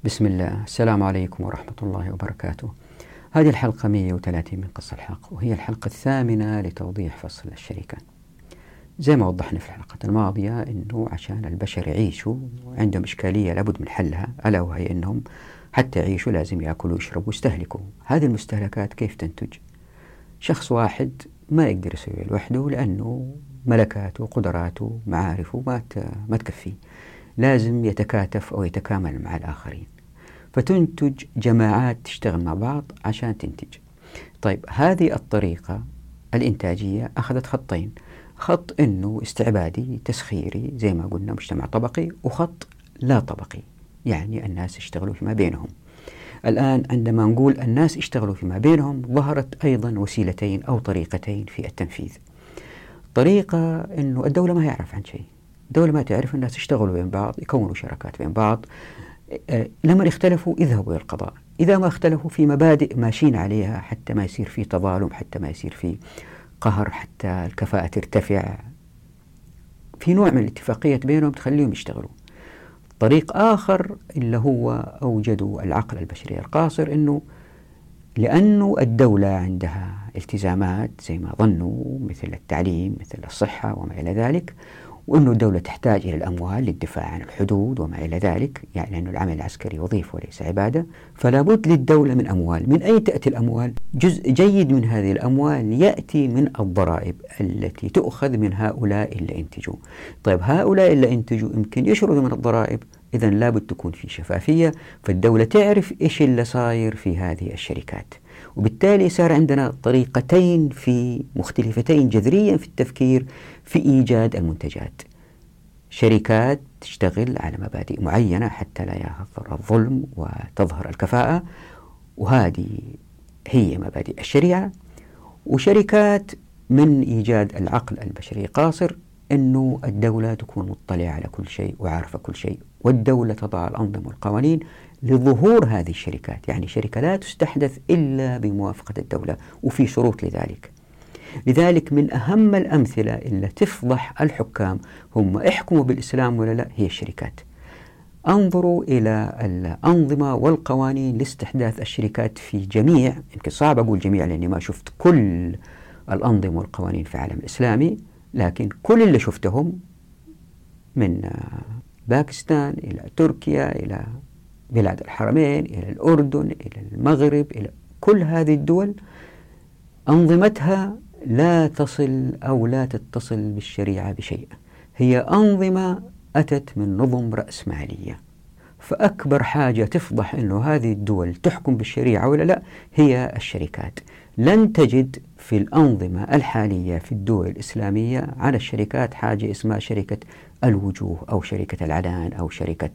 بسم الله. السلام عليكم ورحمة الله وبركاته. هذه الحلقة 130 من قص الحق، وهي الحلقة الثامنة لتوضيح فصل الشركة. زي ما وضحنا في الحلقة الماضية أنه عشان البشر يعيشوا عندهم إشكالية لابد من حلها، ألا وهي أنهم حتى يعيشوا لازم يأكلوا ويشربوا ويستهلكوا. هذه المستهلكات كيف تنتج؟ شخص واحد ما يقدر يسوي لوحده، لأنه ملكاته وقدراته معارفه ما تكفي، لازم يتكاتف أو يتكامل مع الآخرين، فتنتج جماعات تشتغل مع بعض عشان تنتج. طيب، هذه الطريقة الإنتاجية أخذت خطين: خط إنه استعبادي تسخيري زي ما قلنا مجتمع طبقي، وخط لا طبقي يعني الناس يشتغلوا فيما بينهم. الآن عندما نقول الناس يشتغلوا فيما بينهم، ظهرت أيضا وسيلتين أو طريقتين في التنفيذ. طريقة إنه الدولة ما يعرف عن شيء، الدولة ما تعرف، الناس يشتغلوا بين بعض، يكونوا شراكات بين بعض، لما يختلفوا يذهبوا إلى القضاء. إذا ما اختلفوا في مبادئ ماشيين عليها، حتى ما يصير في تظالم، حتى ما يصير في قهر، حتى الكفاءة ترتفع، في نوع من الاتفاقية بينهم تخليهم يشتغلوا. طريق آخر اللي هو أوجدوا العقل البشري القاصر، إنه لأنه الدولة عندها التزامات زي ما ظنوا، مثل التعليم، مثل الصحة وما إلى ذلك، وأنه الدولة تحتاج إلى الأموال للدفاع عن الحدود وما إلى ذلك، يعني أن العمل العسكري وظيفة وليس عبادة، فلا بد للدولة من أموال. من أين تأتي الأموال؟ جزء جيد من هذه الأموال يأتي من الضرائب التي تؤخذ من هؤلاء اللي انتجوا. طيب، هؤلاء اللي انتجوا يمكن يشردوا من الضرائب، إذن لابد تكون في شفافية، فالدولة تعرف إيش اللي صاير في هذه الشركات. وبالتالي صار عندنا طريقتين مختلفتين جذريا في التفكير في إيجاد المنتجات: شركات تشتغل على مبادئ معينة حتى لا يظهر الظلم وتظهر الكفاءة، وهذه هي مبادئ الشريعة، وشركات من إيجاد العقل البشري قاصر، أنه الدولة تكون مطلعة على كل شيء وعارفة كل شيء، والدولة تضع الأنظمة والقوانين لظهور هذه الشركات. يعني شركة لا تستحدث إلا بموافقة الدولة، وفي شروط لذلك. لذلك من أهم الأمثلة اللي تفضح الحكام، هم احكموا بالإسلام ولا لا، هي الشركات. انظروا إلى الأنظمة والقوانين لاستحداث الشركات في جميع، يمكن صعب أقول جميع لأني ما شفت كل الأنظمة والقوانين في العالم الإسلامي، لكن كل اللي شفتهم من باكستان إلى تركيا إلى بلاد الحرمين إلى الأردن إلى المغرب، إلى كل هذه الدول أنظمتها لا تصل أو لا تتصل بالشريعة بشيء، هي أنظمة أتت من نظم رأسمالية. فأكبر حاجة تفضح أنه هذه الدول تحكم بالشريعة ولا لا هي الشركات. لن تجد في الأنظمة الحالية في الدول الإسلامية على الشركات حاجة اسمها شركة الوجوه أو شركة العلان أو شركة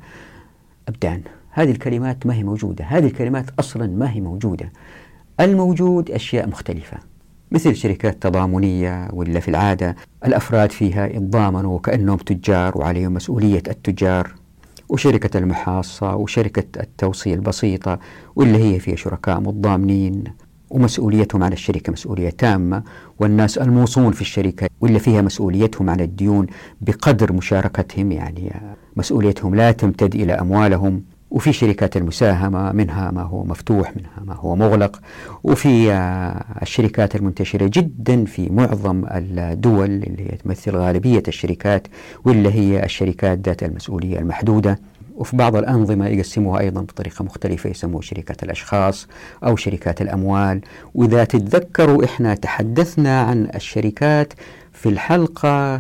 الأبدان. هذه الكلمات ما هي موجودة، هذه الكلمات أصلا ما هي موجودة. الموجود أشياء مختلفة، مثل شركات تضامنية، ولا في العادة الأفراد فيها يتضامنوا كأنهم تجار وعليهم مسؤولية التجار، وشركة المحاصة وشركة التوصية البسيطة، واللي هي فيها شركاء متضامنين ومسؤوليتهم على الشركة مسؤولية تامة، والناس الموصون في الشركة واللي فيها مسؤوليتهم على الديون بقدر مشاركتهم، يعني مسؤوليتهم لا تمتد إلى أموالهم. وفي شركات المساهمة، منها ما هو مفتوح منها ما هو مغلق. وفي الشركات المنتشرة جدا في معظم الدول اللي هي تمثل غالبية الشركات، واللي هي الشركات ذات المسؤولية المحدودة. وفي بعض الأنظمة يقسموها أيضا بطريقة مختلفة، يسموها شركات الأشخاص أو شركات الأموال. وإذا تتذكروا إحنا تحدثنا عن الشركات في الحلقة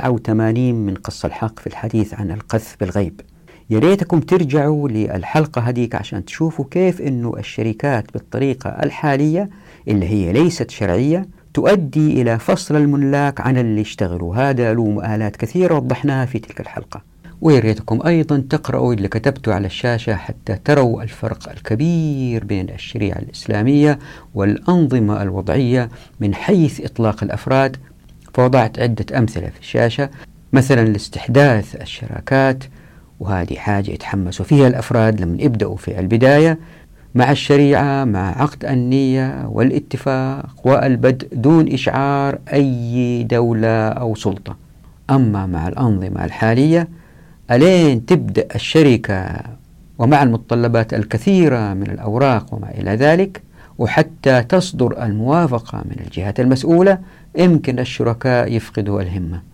87 من قص الحق في الحديث عن القذف بالغيب. يا ريتكم ترجعوا للحلقة هذيك عشان تشوفوا كيف إنه الشركات بالطريقة الحالية اللي هي ليست شرعية تؤدي إلى فصل الملاك عن اللي يشتغلوا. هذا له مآلات كثيرة وضحناها في تلك الحلقة. ويا ريتكم أيضا تقرأوا اللي كتبته على الشاشة حتى تروا الفرق الكبير بين الشريعة الإسلامية والأنظمة الوضعية من حيث إطلاق الأفراد. فوضعت عدة أمثلة في الشاشة، مثلا لاستحداث الشراكات، وهذه حاجة يتحمسوا فيها الأفراد لما يبدأوا في البداية مع الشريعة، مع عقد النية والاتفاق والبدء دون إشعار أي دولة أو سلطة. أما مع الأنظمة الحالية ألين تبدأ الشركة ومع المتطلبات الكثيرة من الأوراق وما إلى ذلك، وحتى تصدر الموافقة من الجهات المسؤولة يمكن الشركاء يفقدوا الهمة.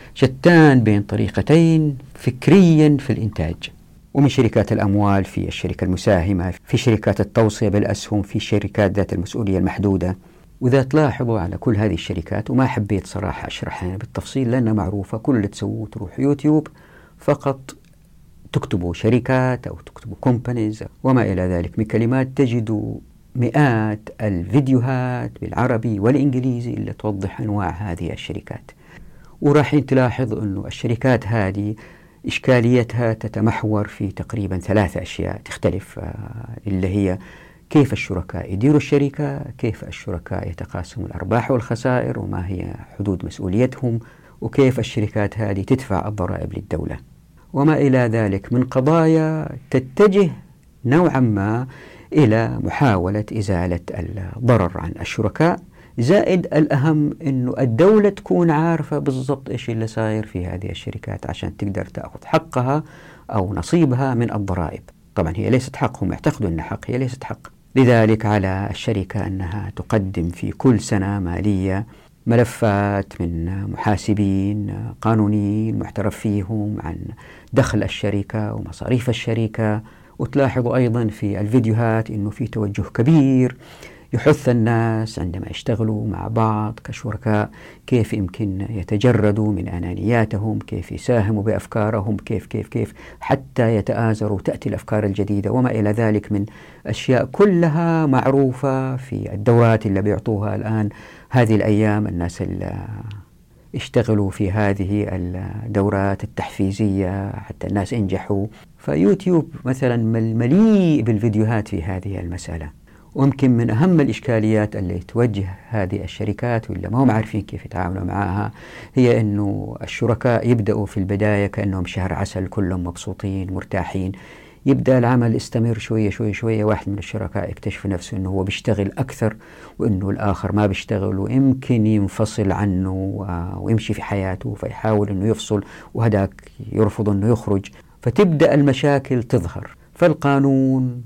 شتان بين طريقتين فكريا في الإنتاج، ومن شركات الأموال في الشركة المساهمة، في شركات التوصية بالأسهم، في شركات ذات المسؤولية المحدودة. وإذا تلاحظوا على كل هذه الشركات، وما حبيت صراحة أشرحها بالتفصيل لأنها معروفة، كل اللي تسووه تروح يوتيوب فقط تكتبوا شركات أو تكتبوا كومبانيز وما إلى ذلك من كلمات، تجدوا مئات الفيديوهات بالعربي والإنجليزي اللي توضح أنواع هذه الشركات. وراح تلاحظ أنه الشركات هذه إشكاليتها تتمحور في تقريبا 3 أشياء تختلف، اللي هي كيف الشركاء يديروا الشركة، كيف الشركاء يتقاسموا الأرباح والخسائر وما هي حدود مسؤوليتهم، وكيف الشركات هذه تدفع الضرائب للدولة وما إلى ذلك من قضايا تتجه نوعا ما إلى محاولة إزالة الضرر عن الشركاء. زائد الأهم أنه الدولة تكون عارفة بالضبط إيش اللي صاير في هذه الشركات عشان تقدر تأخذ حقها أو نصيبها من الضرائب. طبعا هي ليست حق، هم يعتقدوا أنها حق، هي ليست حق. لذلك على الشركة أنها تقدم في كل سنة مالية ملفات من محاسبين قانونيين معترف فيهم عن دخل الشركة ومصاريف الشركة. وتلاحظوا أيضا في الفيديوهات أنه في توجه كبير يحث الناس عندما يشتغلوا مع بعض كشركاء كيف يمكن يتجردوا من أنانياتهم، كيف يساهموا بأفكارهم، كيف حتى يتآزروا، تأتي الأفكار الجديدة وما إلى ذلك من أشياء كلها معروفة في الدورات اللي بيعطوها الآن هذه الأيام. الناس اللي اشتغلوا في هذه الدورات التحفيزية حتى الناس ينجحوا، فيوتيوب مثلا مليء بالفيديوهات في هذه المسألة. ويمكن من أهم الإشكاليات اللي توجه هذه الشركات واللي ما هم عارفين كيف يتعاملوا معها هي أنه الشركاء يبدأوا في البداية كأنهم شهر عسل، كلهم مبسوطين مرتاحين. يبدأ العمل يستمر شوية شوية شوية، واحد من الشركاء يكتشف نفسه أنه هو بيشتغل أكثر وأنه الآخر ما بيشتغل ويمكن ينفصل عنه ويمشي في حياته، فيحاول أنه يفصل وهداك يرفض أنه يخرج، فتبدأ المشاكل تظهر. فالقانون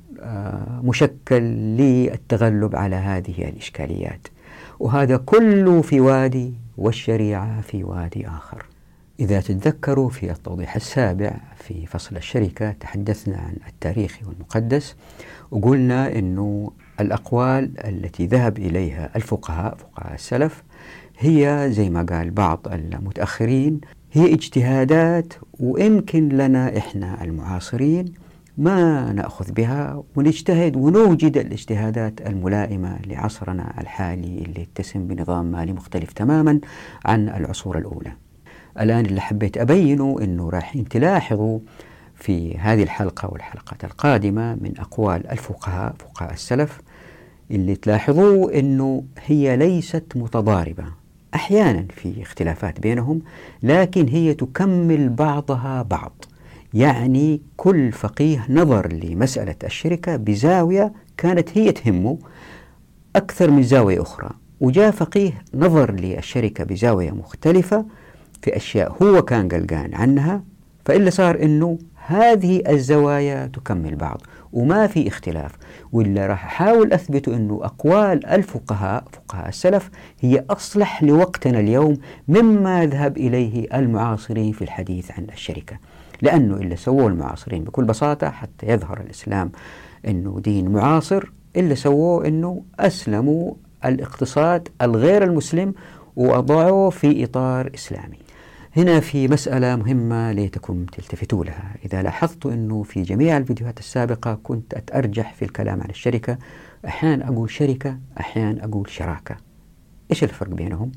مشكل للتغلب على هذه الإشكاليات، وهذا كله في وادي والشريعة في وادي آخر. إذا تتذكروا في التوضيح السابع في فصل الشركة تحدثنا عن التاريخ والمقدس، وقلنا أنه الأقوال التي ذهب إليها الفقهاء السلف هي زي ما قال بعض المتأخرين هي اجتهادات، ويمكن لنا إحنا المعاصرين ما نأخذ بها ونجتهد ونوجد الاجتهادات الملائمة لعصرنا الحالي اللي يتسم بنظام مالي مختلف تماما عن العصور الأولى. الآن اللي حبيت أبينه أنه راح تلاحظوا في هذه الحلقة والحلقات القادمة من أقوال الفقهاء السلف اللي تلاحظوه أنه هي ليست متضاربة، أحيانا في اختلافات بينهم لكن هي تكمل بعضها بعض. يعني كل فقيه نظر لمسألة الشركة بزاوية كانت هي تهمه أكثر من زاوية أخرى، وجاء فقيه نظر للشركة بزاوية مختلفة في أشياء هو كان قلقان عنها، فإلا صار أنه هذه الزوايا تكمل بعض وما في اختلاف. واللي راح أحاول أثبت أنه أقوال الفقهاء السلف هي أصلح لوقتنا اليوم مما يذهب إليه المعاصرين في الحديث عن الشركة، لأنه اللي سووه المعاصرين بكل بساطة حتى يظهر الإسلام أنه دين معاصر، اللي سووه أنه أسلموا الاقتصاد الغير المسلم وأضعوه في إطار إسلامي. هنا في مسألة مهمة ليتكم تلتفتوا لها. إذا لاحظتوا أنه في جميع الفيديوهات السابقة كنت أتأرجح في الكلام عن الشركة، أحيانا أقول شركة أحيانا أقول شراكة. إيش الفرق بينهم؟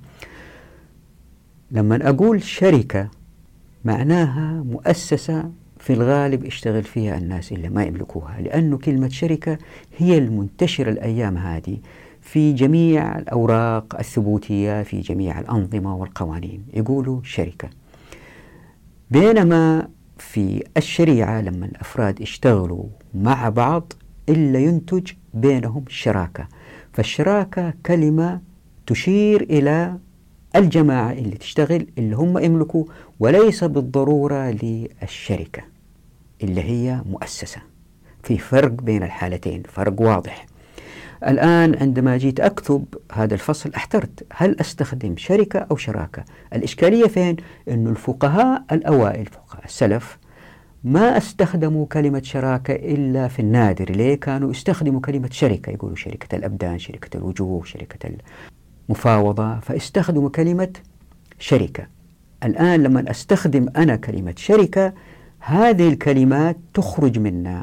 لما أقول شركة معناها مؤسسة في الغالب اشتغل فيها الناس اللي ما يملكوها، لأنه كلمة شركة هي المنتشرة الأيام هذه في جميع الأوراق الثبوتية في جميع الأنظمة والقوانين يقولوا شركة. بينما في الشريعة لما الأفراد اشتغلوا مع بعض إلا ينتج بينهم شراكة، فالشراكة كلمة تشير إلى الجماعة اللي تشتغل اللي هم يملكوا وليس بالضرورة للشركة. اللي هي مؤسسة. في فرق بين الحالتين، فرق واضح. الآن عندما جيت أكتب هذا الفصل احترت، هل أستخدم شركة أو شراكة؟ الإشكالية فين؟ أنه الفقهاء الأوائل، فقهاء السلف، ما استخدموا كلمة شراكة إلا في النادر. ليه؟ كانوا يستخدموا كلمة شركة، يقولوا شركة الأبدان، شركة الوجوه، شركة المفاوضة، فاستخدموا كلمة شركة. الآن لما أستخدم أنا كلمة شركة، هذه الكلمات تخرج من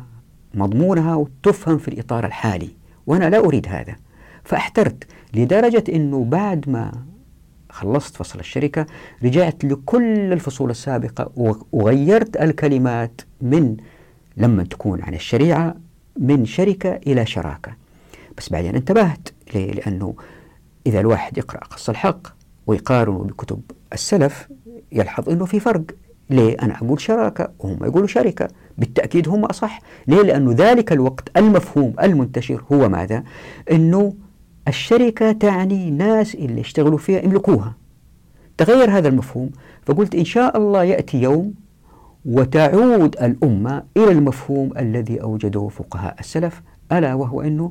مضمونها وتفهم في الإطار الحالي، وأنا لا أريد هذا. فاحترت لدرجة أنه بعد ما خلصت فصل الشركة رجعت لكل الفصول السابقة وغيرت الكلمات من لما تكون عن الشريعة من شركة إلى شراكة. بس بعدين انتبهت ليه؟ لأنه إذا الواحد يقرأ قص الحق ويقارنه بكتب السلف يلحظ أنه في فرق. ليه؟ أنا أقول شراكة وهم يقولوا شركة، بالتأكيد هم أصح. ليه؟ لأنه ذلك الوقت المفهوم المنتشر هو ماذا؟ أنه الشركة تعني ناس اللي يشتغلوا فيها يملكوها. تغير هذا المفهوم، فقلت إن شاء الله يأتي يوم وتعود الأمة إلى المفهوم الذي أوجده فقهاء السلف، ألا وهو أنه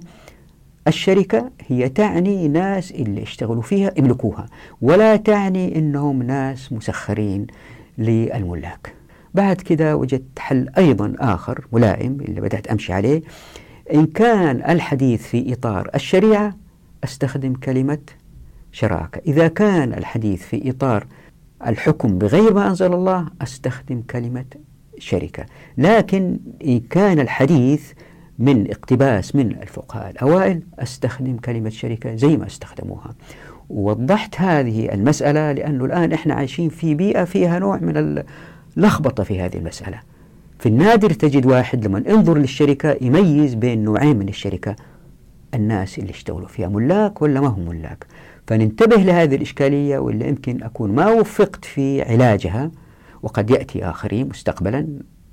الشركة هي تعني ناس اللي يشتغلوا فيها يملكوها، ولا تعني أنهم ناس مسخرين للملاك. بعد كده وجدت حل أيضا آخر ملائم اللي بدأت أمشي عليه. إن كان الحديث في إطار الشريعة أستخدم كلمة شراكة، إذا كان الحديث في إطار الحكم بغير ما أنزل الله أستخدم كلمة شركة. لكن إن كان الحديث من اقتباس من الفقهاء الأوائل أستخدم كلمة شركة زي ما استخدموها. ووضحت هذه المسألة لأنه الآن إحنا عايشين في بيئة فيها نوع من اللخبطة في هذه المسألة. في النادر تجد واحد لما ينظر للشركة يميز بين نوعين من الشركة، الناس اللي يشتغلوا فيها ملاك ولا ما هم ملاك. فننتبه لهذه الإشكالية، واللي يمكن أكون ما وفقت في علاجها، وقد يأتي آخرين مستقبلا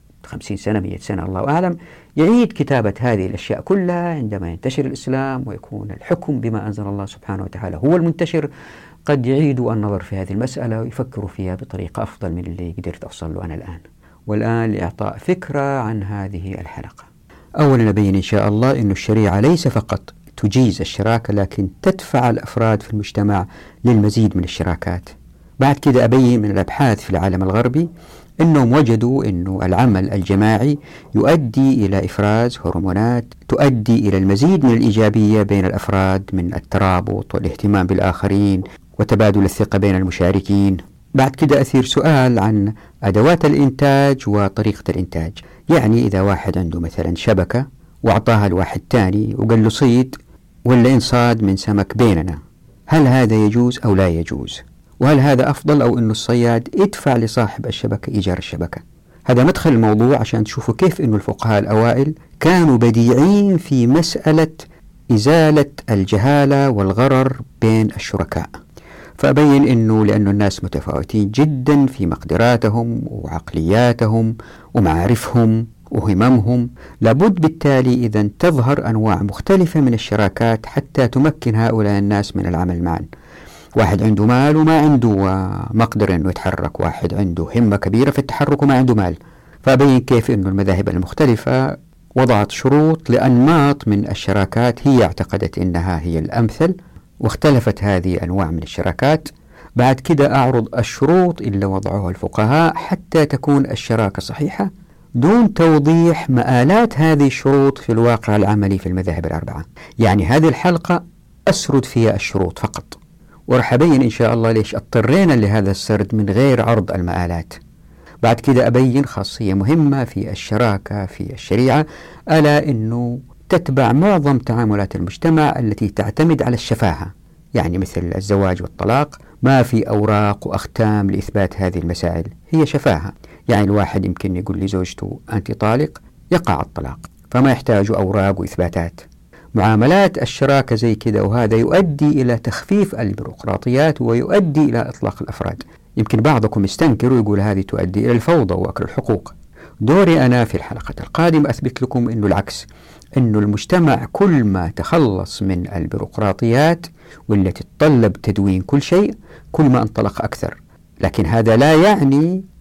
50 سنة 100 سنة الله أعلم يعيد كتابة هذه الأشياء كلها عندما ينتشر الإسلام ويكون الحكم بما أنزل الله سبحانه وتعالى هو المنتشر. قد يعيدوا النظر في هذه المسألة ويفكروا فيها بطريقة أفضل من اللي قدرت أوصل له أنا الآن. والآن لإعطاء فكرة عن هذه الحلقة. أولا نبين إن شاء الله أن الشريعة ليس فقط تجيز الشراكة، لكن تدفع الأفراد في المجتمع للمزيد من الشراكات. بعد كده أبين من الأبحاث في العالم الغربي أنهم وجدوا أن العمل الجماعي يؤدي إلى إفراز هرمونات تؤدي إلى المزيد من الإيجابية بين الأفراد، من الترابط والاهتمام بالآخرين وتبادل الثقة بين المشاركين. بعد كده أثير سؤال عن أدوات الإنتاج وطريقة الإنتاج. يعني إذا واحد عنده مثلا شبكة وأعطاها لواحد تاني وقال له صيد ولا إنصاد من سمك بيننا، هل هذا يجوز أو لا يجوز؟ وهل هذا أفضل أو أنه الصياد يدفع لصاحب الشبكة إيجار الشبكة؟ هذا مدخل الموضوع عشان تشوفوا كيف أنه الفقهاء الأوائل كانوا بديعين في مسألة إزالة الجهالة والغرر بين الشركاء. فأبين أنه لأن الناس متفاوتين جدا في مقدراتهم وعقلياتهم ومعارفهم وهممهم، لابد بالتالي إذن تظهر أنواع مختلفة من الشراكات حتى تمكن هؤلاء الناس من العمل معا. واحد عنده مال وما عنده مقدرة أنه يتحرك، واحد عنده همة كبيرة في التحرك وما عنده مال. فأبين كيف أن المذاهب المختلفة وضعت شروط لأنماط من الشراكات هي اعتقدت أنها هي الأمثل، واختلفت هذه أنواع من الشراكات. بعد كده أعرض الشروط اللي وضعوها الفقهاء حتى تكون الشراكة صحيحة دون توضيح مآلات هذه الشروط في الواقع العملي في المذاهب الأربعة. يعني هذه الحلقة أسرد فيها الشروط فقط، ورح أبين إن شاء الله ليش اضطرينا لهذا السرد من غير عرض المآلات. بعد كده أبين خاصية مهمة في الشراكة في الشريعة، ألا أنه تتبع معظم تعاملات المجتمع التي تعتمد على الشفاهة، يعني مثل الزواج والطلاق ما في أوراق وأختام لإثبات هذه المسائل، هي شفاهة. يعني الواحد يمكن يقول لزوجته أنت طالق، يقع الطلاق، فما يحتاج أوراق وإثباتات. معاملات الشراكة زي كده، وهذا يؤدي إلى تخفيف البيروقراطيات ويؤدي إلى إطلاق الأفراد. يمكن بعضكم يستنكر ويقول هذه تؤدي إلى الفوضى وأكل الحقوق. دوري أنا في الحلقة القادمة أثبت لكم أنه العكس، أنه المجتمع كل ما تخلص من البيروقراطيات والتي تتطلب تدوين كل شيء كل ما انطلق أكثر. لكن هذا لا يعني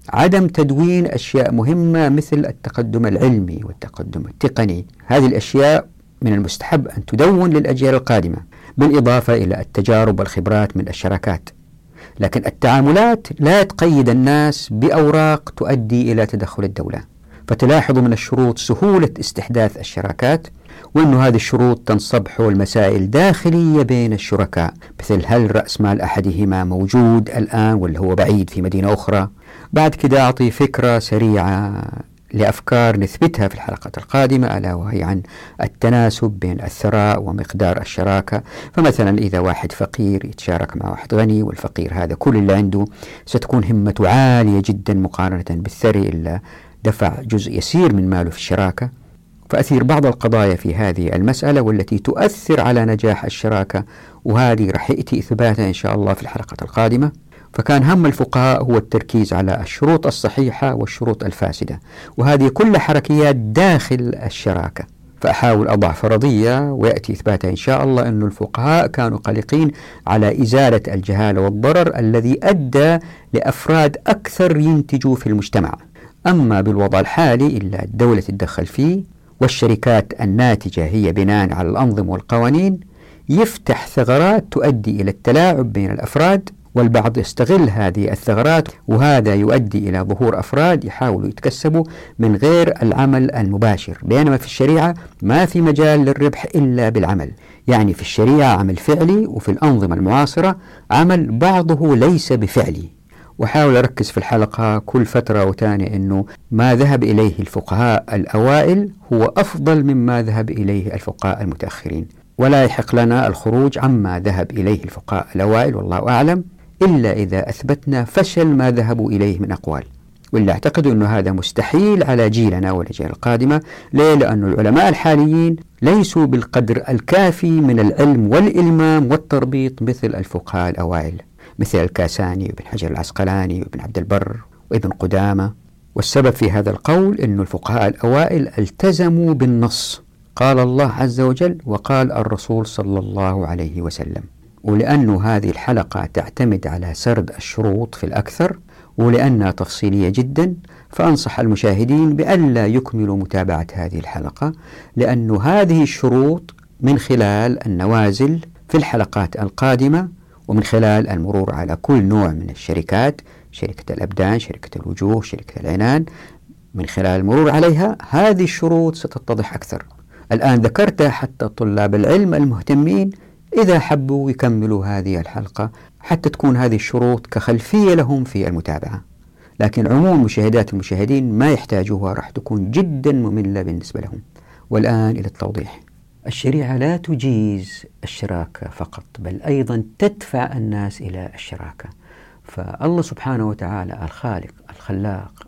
عدم تدوين أشياء مهمة مثل التقدم العلمي والتقدم التقني. هذه الأشياء من المستحب أن تدون للأجيال القادمة، بالإضافة إلى التجارب والخبرات من الشراكات. لكن التعاملات لا تقيد الناس بأوراق تؤدي إلى تدخل الدولة. فتلاحظ من الشروط سهولة استحداث الشراكات، وأن هذه الشروط تنصب حول مسائل داخلية بين الشركاء، مثل هل رأس مال أحدهما موجود الآن ولا هو بعيد في مدينة أخرى. بعد كده أعطي فكرة سريعة لأفكار نثبتها في الحلقة القادمة، ألا وهي عن التناسب بين الثراء ومقدار الشراكة. فمثلا إذا واحد فقير يتشارك مع واحد غني، والفقير هذا كل اللي عنده، ستكون همته عالية جدا مقارنة بالثري إلا دفع جزء يسير من ماله في الشراكة. فأثير بعض القضايا في هذه المسألة والتي تؤثر على نجاح الشراكة، وهذه رح يأتي إثباتها إن شاء الله في الحلقة القادمة. فكان هم الفقهاء هو التركيز على الشروط الصحيحة والشروط الفاسدة، وهذه كل حركيات داخل الشراكة. فأحاول أضع فرضية ويأتي إثباتها إن شاء الله أن الفقهاء كانوا قلقين على إزالة الجهالة والضرر الذي أدى لأفراد أكثر ينتجوا في المجتمع. أما بالوضع الحالي إلا الدولة تتدخل فيه، والشركات الناتجة هي بناء على الأنظمة والقوانين، يفتح ثغرات تؤدي إلى التلاعب بين الأفراد، والبعض يستغل هذه الثغرات، وهذا يؤدي إلى ظهور أفراد يحاولوا يتكسبوا من غير العمل المباشر. بينما في الشريعة ما في مجال للربح إلا بالعمل، يعني في الشريعة عمل فعلي، وفي الأنظمة المعاصرة عمل بعضه ليس بفعلي. وحاول أركز في الحلقة كل فترة وتانية أنه ما ذهب إليه الفقهاء الأوائل هو أفضل مما ذهب إليه الفقهاء المتأخرين، ولا يحق لنا الخروج عما ذهب إليه الفقهاء الأوائل والله أعلم، إلا إذا أثبتنا فشل ما ذهبوا إليه من أقوال. واللي أعتقد أنه هذا مستحيل على جيلنا والأجيال القادمة. ليه؟ لأن العلماء الحاليين ليسوا بالقدر الكافي من العلم والإلمام والتربيط مثل الفقهاء الأوائل، مثل الكاساني وابن حجر العسقلاني وابن عبد البر وابن قدامة. والسبب في هذا القول أن الفقهاء الأوائل التزموا بالنص، قال الله عز وجل وقال الرسول صلى الله عليه وسلم. ولأن هذه الحلقة تعتمد على سرد الشروط في الأكثر، ولأنها تفصيلية جدا، فأنصح المشاهدين بألا يكملوا متابعة هذه الحلقة، لأن هذه الشروط من خلال النوازل في الحلقات القادمة، ومن خلال المرور على كل نوع من الشركات، شركة الأبدان، شركة الوجوه، شركة العنان، من خلال المرور عليها هذه الشروط ستتضح أكثر. الآن ذكرتها حتى طلاب العلم المهتمين إذا حبوا يكملوا هذه الحلقة حتى تكون هذه الشروط كخلفية لهم في المتابعة. لكن عموم مشاهدات المشاهدين ما يحتاجوها، راح تكون جدا مملة بالنسبة لهم. والآن إلى التوضيح. الشريعة لا تجيز الشراكة فقط، بل أيضا تدفع الناس إلى الشراكة. فالله سبحانه وتعالى الخالق الخلاق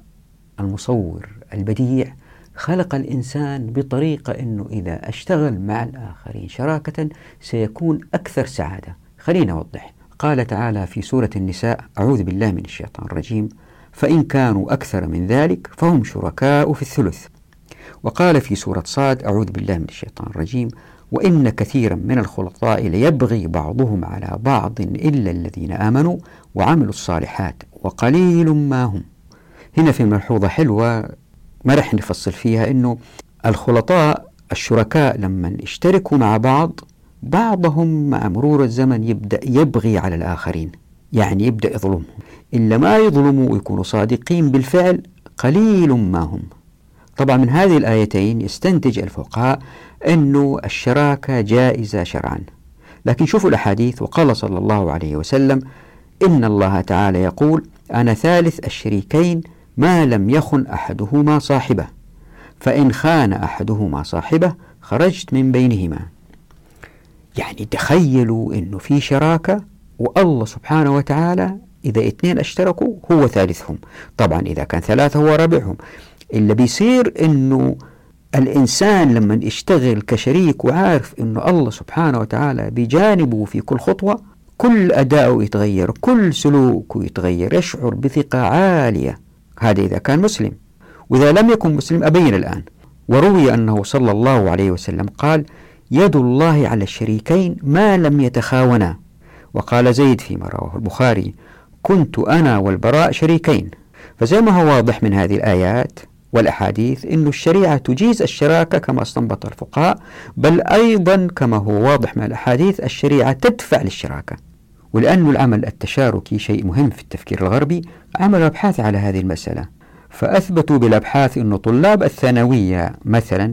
المصور البديع خلق الإنسان بطريقة أنه إذا اشتغل مع الآخرين شراكة سيكون أكثر سعادة. خلينا نوضح. قال تعالى في سورة النساء: أعوذ بالله من الشيطان الرجيم: فإن كانوا أكثر من ذلك فهم شركاء في الثلث. وقال في سورة صاد: أعوذ بالله من الشيطان الرجيم: وإن كثيرا من الخلطاء ليبغي بعضهم على بعض إلا الذين آمنوا وعملوا الصالحات وقليل ما هم. هنا في ملحوظة حلوة ما رح نفصل فيها، إنه الخلطاء الشركاء لما اشتركوا مع بعضهم مع مرور الزمن يبدأ يبغي على الآخرين، يعني يبدأ يظلمهم. إلا ما يظلموا ويكونوا صادقين بالفعل قليل ما هم. طبعا من هذه الآيتين يستنتج الفقهاء أنه الشراكة جائزة شرعا. لكن شوفوا الأحاديث. وقال صلى الله عليه وسلم: إن الله تعالى يقول: أنا ثالث الشريكين ما لم يخن أحدهما صاحبه، فإن خان أحدهما صاحبه خرجت من بينهما. يعني تخيلوا أنه في شراكة والله سبحانه وتعالى إذا اثنين اشتركوا هو ثالثهم، طبعا إذا كان ثلاثة هو رابعهم. اللي بيصير أنه الإنسان لما يشتغل كشريك وعارف أنه الله سبحانه وتعالى بجانبه في كل خطوة، كل أداؤه يتغير، كل سلوكه يتغير، يشعر بثقة عالية. هذا إذا كان مسلم. وإذا لم يكن مسلم أبين الآن. وروي أنه صلى الله عليه وسلم قال: يد الله على الشريكين ما لم يتخاونا. وقال زيد فيما رواه البخاري: كنت أنا والبراء شريكين، فزي ما هو واضح من هذه الآيات والأحاديث أن الشريعة تجيز الشراكة كما استنبط الفقهاء، بل أيضا كما هو واضح من الأحاديث الشريعة تدفع للشراكة. ولأن العمل التشاركي شيء مهم في التفكير الغربي، عملوا أبحاث على هذه المسألة، فأثبتوا بالأبحاث أن طلاب الثانوية مثلا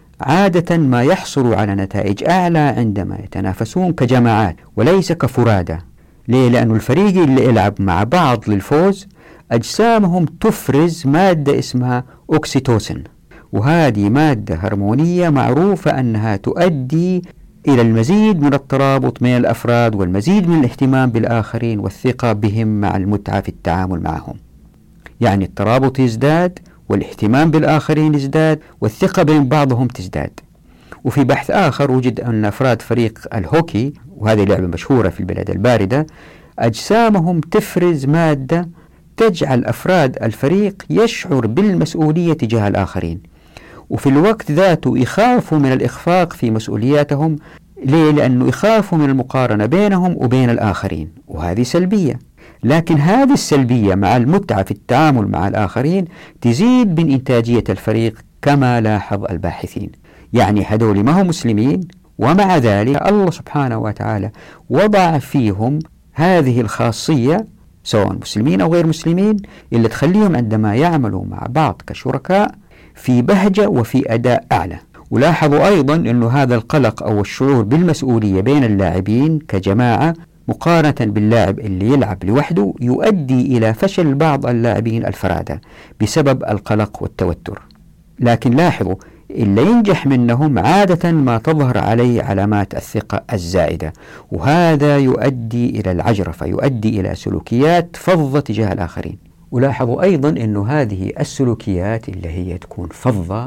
عادة ما يحصلوا على نتائج أعلى عندما يتنافسون كجماعات وليس كفرادى. ليه؟ لأن الفريق اللي يلعب مع بعض للفوز أجسامهم تفرز مادة اسمها أوكسيتوسين، وهذه مادة هرمونية معروفة أنها تؤدي إلى المزيد من الترابط بين الأفراد والمزيد من الاهتمام بالآخرين والثقة بهم مع المتعة في التعامل معهم. يعني الترابط يزداد والاهتمام بالآخرين يزداد والثقة بين بعضهم تزداد. وفي بحث آخر وجد أن أفراد فريق الهوكي، وهذه لعبة مشهورة في البلاد الباردة، أجسامهم تفرز مادة تجعل أفراد الفريق يشعر بالمسؤولية تجاه الآخرين، وفي الوقت ذاته يخافوا من الإخفاق في مسؤولياتهم. ليه؟ لأنه يخافوا من المقارنة بينهم وبين الآخرين، وهذه سلبية. لكن هذه السلبية مع المتعة في التعامل مع الآخرين تزيد من إنتاجية الفريق كما لاحظ الباحثين. يعني هذول ما هم مسلمين، ومع ذلك الله سبحانه وتعالى وضع فيهم هذه الخاصية سواء مسلمين أو غير مسلمين اللي تخليهم عندما يعملوا مع بعض كشركاء في بهجة وفي أداء أعلى. ولاحظوا أيضا أن هذا القلق أو الشعور بالمسؤولية بين اللاعبين كجماعة مقارنة باللاعب اللي يلعب لوحده يؤدي إلى فشل بعض اللاعبين الفرادى بسبب القلق والتوتر. لكن لاحظوا اللي ينجح منهم عادة ما تظهر عليه علامات الثقة الزائدة، وهذا يؤدي إلى العجرفة، يؤدي إلى سلوكيات فظة تجاه الآخرين. ولاحظوا أيضا أن هذه السلوكيات اللي هي تكون فظة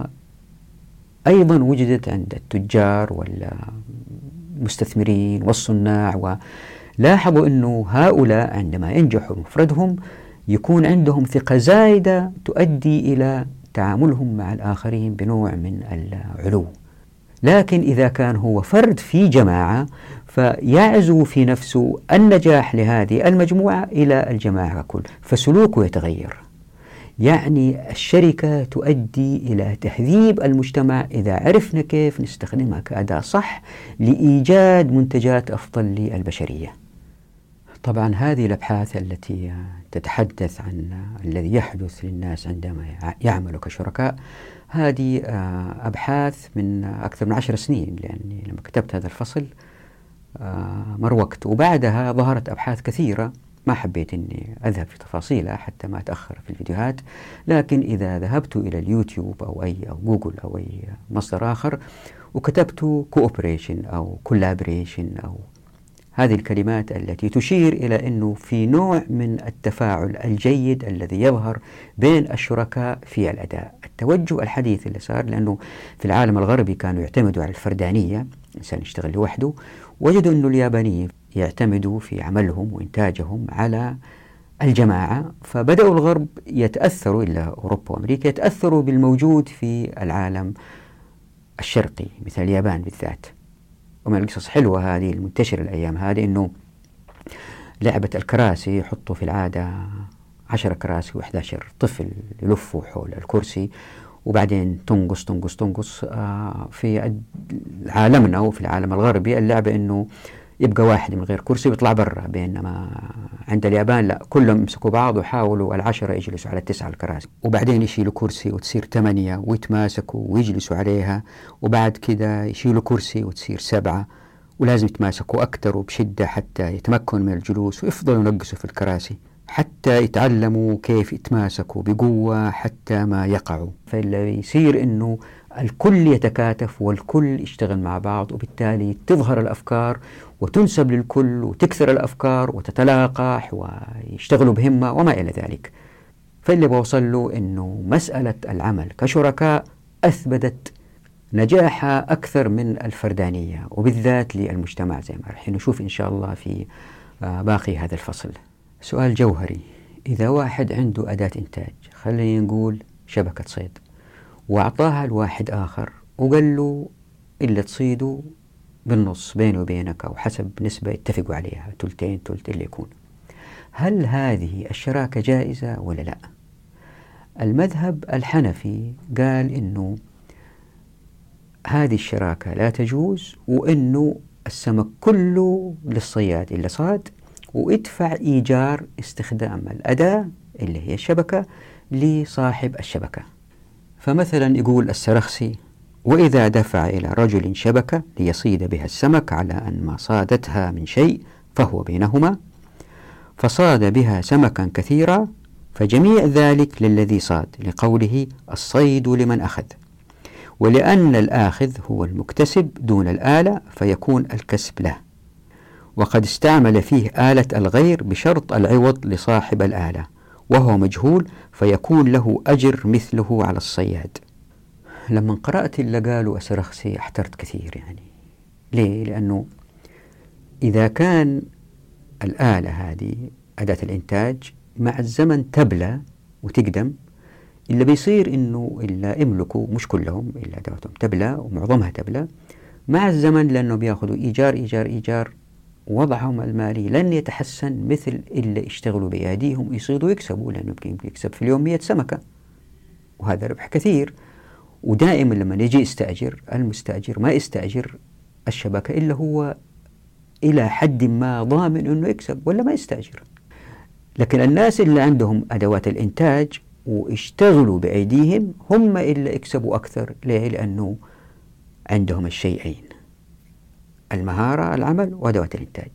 أيضا وجدت عند التجار والمستثمرين والصناع. ولاحظوا أنه هؤلاء عندما ينجحوا مفردهم يكون عندهم ثقة زائدة تؤدي إلى تعاملهم مع الآخرين بنوع من العلو. لكن إذا كان هو فرد في جماعة فيعزو في نفسه النجاح لهذه المجموعة إلى الجماعة ككل، فسلوكه يتغير. يعني الشركة تؤدي إلى تهذيب المجتمع إذا عرفنا كيف نستخدمها كأداة صح لإيجاد منتجات أفضل للبشرية. طبعا هذه الأبحاث التي تتحدث عن الذي يحدث للناس عندما يعملوا كشركاء، هذه أبحاث من أكثر من 10 سنين، لأني لما كتبت هذا الفصل مر وقت، وبعدها ظهرت أبحاث كثيرة ما حبيت أني أذهب في تفاصيلها حتى ما أتأخر في الفيديوهات. لكن إذا ذهبت إلى اليوتيوب أو جوجل أو أي مصدر آخر وكتبت cooperation أو collaboration أو هذه الكلمات التي تشير إلى أنه في نوع من التفاعل الجيد الذي يظهر بين الشركاء في الأداء. التوجه الحديث اللي صار، لأنه في العالم الغربي كانوا يعتمدوا على الفردانية، الإنسان يشتغل لوحده، وجدوا أنه اليابانيين يعتمدوا في عملهم وإنتاجهم على الجماعة، فبدأوا الغرب يتأثروا إلى أوروبا وأمريكا يتأثروا بالموجود في العالم الشرقي مثل اليابان بالذات. ومن القصص حلوة هذه المنتشرة الأيام هذه أنه لعبة الكراسي يحطوا في العادة 10 كراسي و11 طفل يلفوا حول الكرسي، وبعدين تنقص. في عالمنا وفي العالم الغربي اللعبة أنه يبقى واحد من غير كرسي ويطلع برا، بينما عند اليابان لا، كلهم يمسكوا بعض ويحاولوا 10 يجلسوا على 9 الكراسي، وبعدين يشيلوا كرسي وتصير 8 ويتماسكوا ويجلسوا عليها، وبعد كده يشيلوا كرسي وتصير 7، ولازم يتماسكوا أكثر وبشدة حتى يتمكنوا من الجلوس، ويفضلوا ينقصوا في الكراسي حتى يتعلموا كيف يتماسكوا بقوة حتى ما يقعوا. فاللي يصير إنه الكل يتكاتف والكل يشتغل مع بعض، وبالتالي تظهر الأفكار وتنسب للكل وتكثر الأفكار وتتلاقح ويشتغلوا بهمة وما إلى ذلك. فاللي بوصل له إنه مسألة العمل كشركاء أثبتت نجاحها أكثر من الفردانية، وبالذات للمجتمع زي ما رح نشوف إن شاء الله في باقي هذا الفصل. سؤال جوهري: إذا واحد عنده أداة إنتاج، خلينا نقول شبكة صيد، وأعطاها لواحد آخر وقال له إلا تصيدوا بالنص بينه وبينك أو حسب نسبة يتفقوا عليها، 2/3 اللي يكون، هل هذه الشراكة جائزة ولا لا؟ المذهب الحنفي قال إنه هذه الشراكة لا تجوز، وإنه السمك كله للصياد اللي صاد، وادفع إيجار استخدام الأداة اللي هي الشبكة لصاحب الشبكة. فمثلا يقول السرخسي: وإذا دفع إلى رجل شبكة ليصيد بها السمك على أن ما صادتها من شيء فهو بينهما، فصاد بها سمكا كثيرا، فجميع ذلك للذي صاد، لقوله: الصيد لمن أخذ. ولأن الآخذ هو المكتسب دون الآلة فيكون الكسب له، وقد استعمل فيه آلة الغير بشرط العوض لصاحب الآلة وهو مجهول، فيكون له أجر مثله على الصياد. لما قرأت اللي قالوا السرخسي احترت كثير يعني. ليه؟ لأنه إذا كان الآلة هذه أداة الإنتاج مع الزمن تبلى وتقدم، اللي بيصير إنه اللي يملكوا مش كلهم إلا أدواتهم تبلى ومعظمها تبلى مع الزمن، لأنه بياخذوا إيجار وضعهم المالي لن يتحسن مثل اللي يشتغلوا بأيديهم يصيدوا ويكسبوا، لأنه يمكن يكسب في اليوم 100 سمكة وهذا ربح كثير. ودائما لما يجي يستأجر المستأجر ما يستأجر الشبكة إلا هو إلى حد ما ضامن أنه يكسب ولا ما يستأجر. لكن الناس اللي عندهم أدوات الإنتاج واشتغلوا بأيديهم هم اللي يكسبوا أكثر. ليه؟ لأنه عندهم الشيئين: المهارة العمل وأدوات الإنتاج.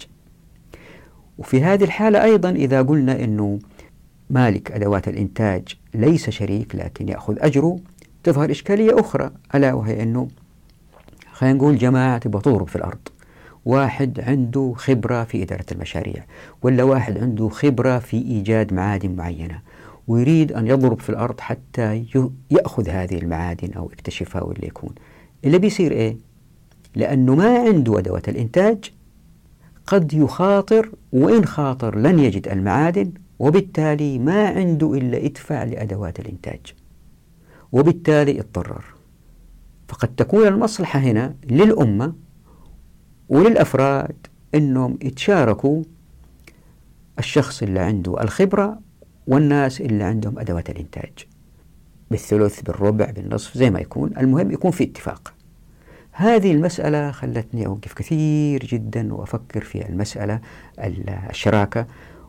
وفي هذه الحالة أيضا إذا قلنا أنه مالك أدوات الإنتاج ليس شريك لكن يأخذ أجره، تظهر إشكالية أخرى، ألا وهي أنه خلينا نقول جماعة تبغى تضرب في الأرض، واحد عنده خبرة في إدارة المشاريع، ولا واحد عنده خبرة في إيجاد معادن معينة، ويريد أن يضرب في الأرض حتى يأخذ هذه المعادن أو يكتشفها واللي يكون. اللي بيصير إيه؟ لأنه ما عنده أدوات الإنتاج قد يخاطر، وإن خاطر لن يجد المعادن، وبالتالي ما عنده إلا يدفع لأدوات الإنتاج، وبالتالي يتضرر. فقد تكون المصلحة هنا للأمة وللأفراد أنهم يتشاركوا، الشخص اللي عنده الخبرة والناس اللي عندهم أدوات الإنتاج، بالثلث بالربع بالنصف زي ما يكون، المهم يكون في اتفاق. هذه المسألة خلتني أوقف كثير جدا وأفكر في المسألة الشراكة،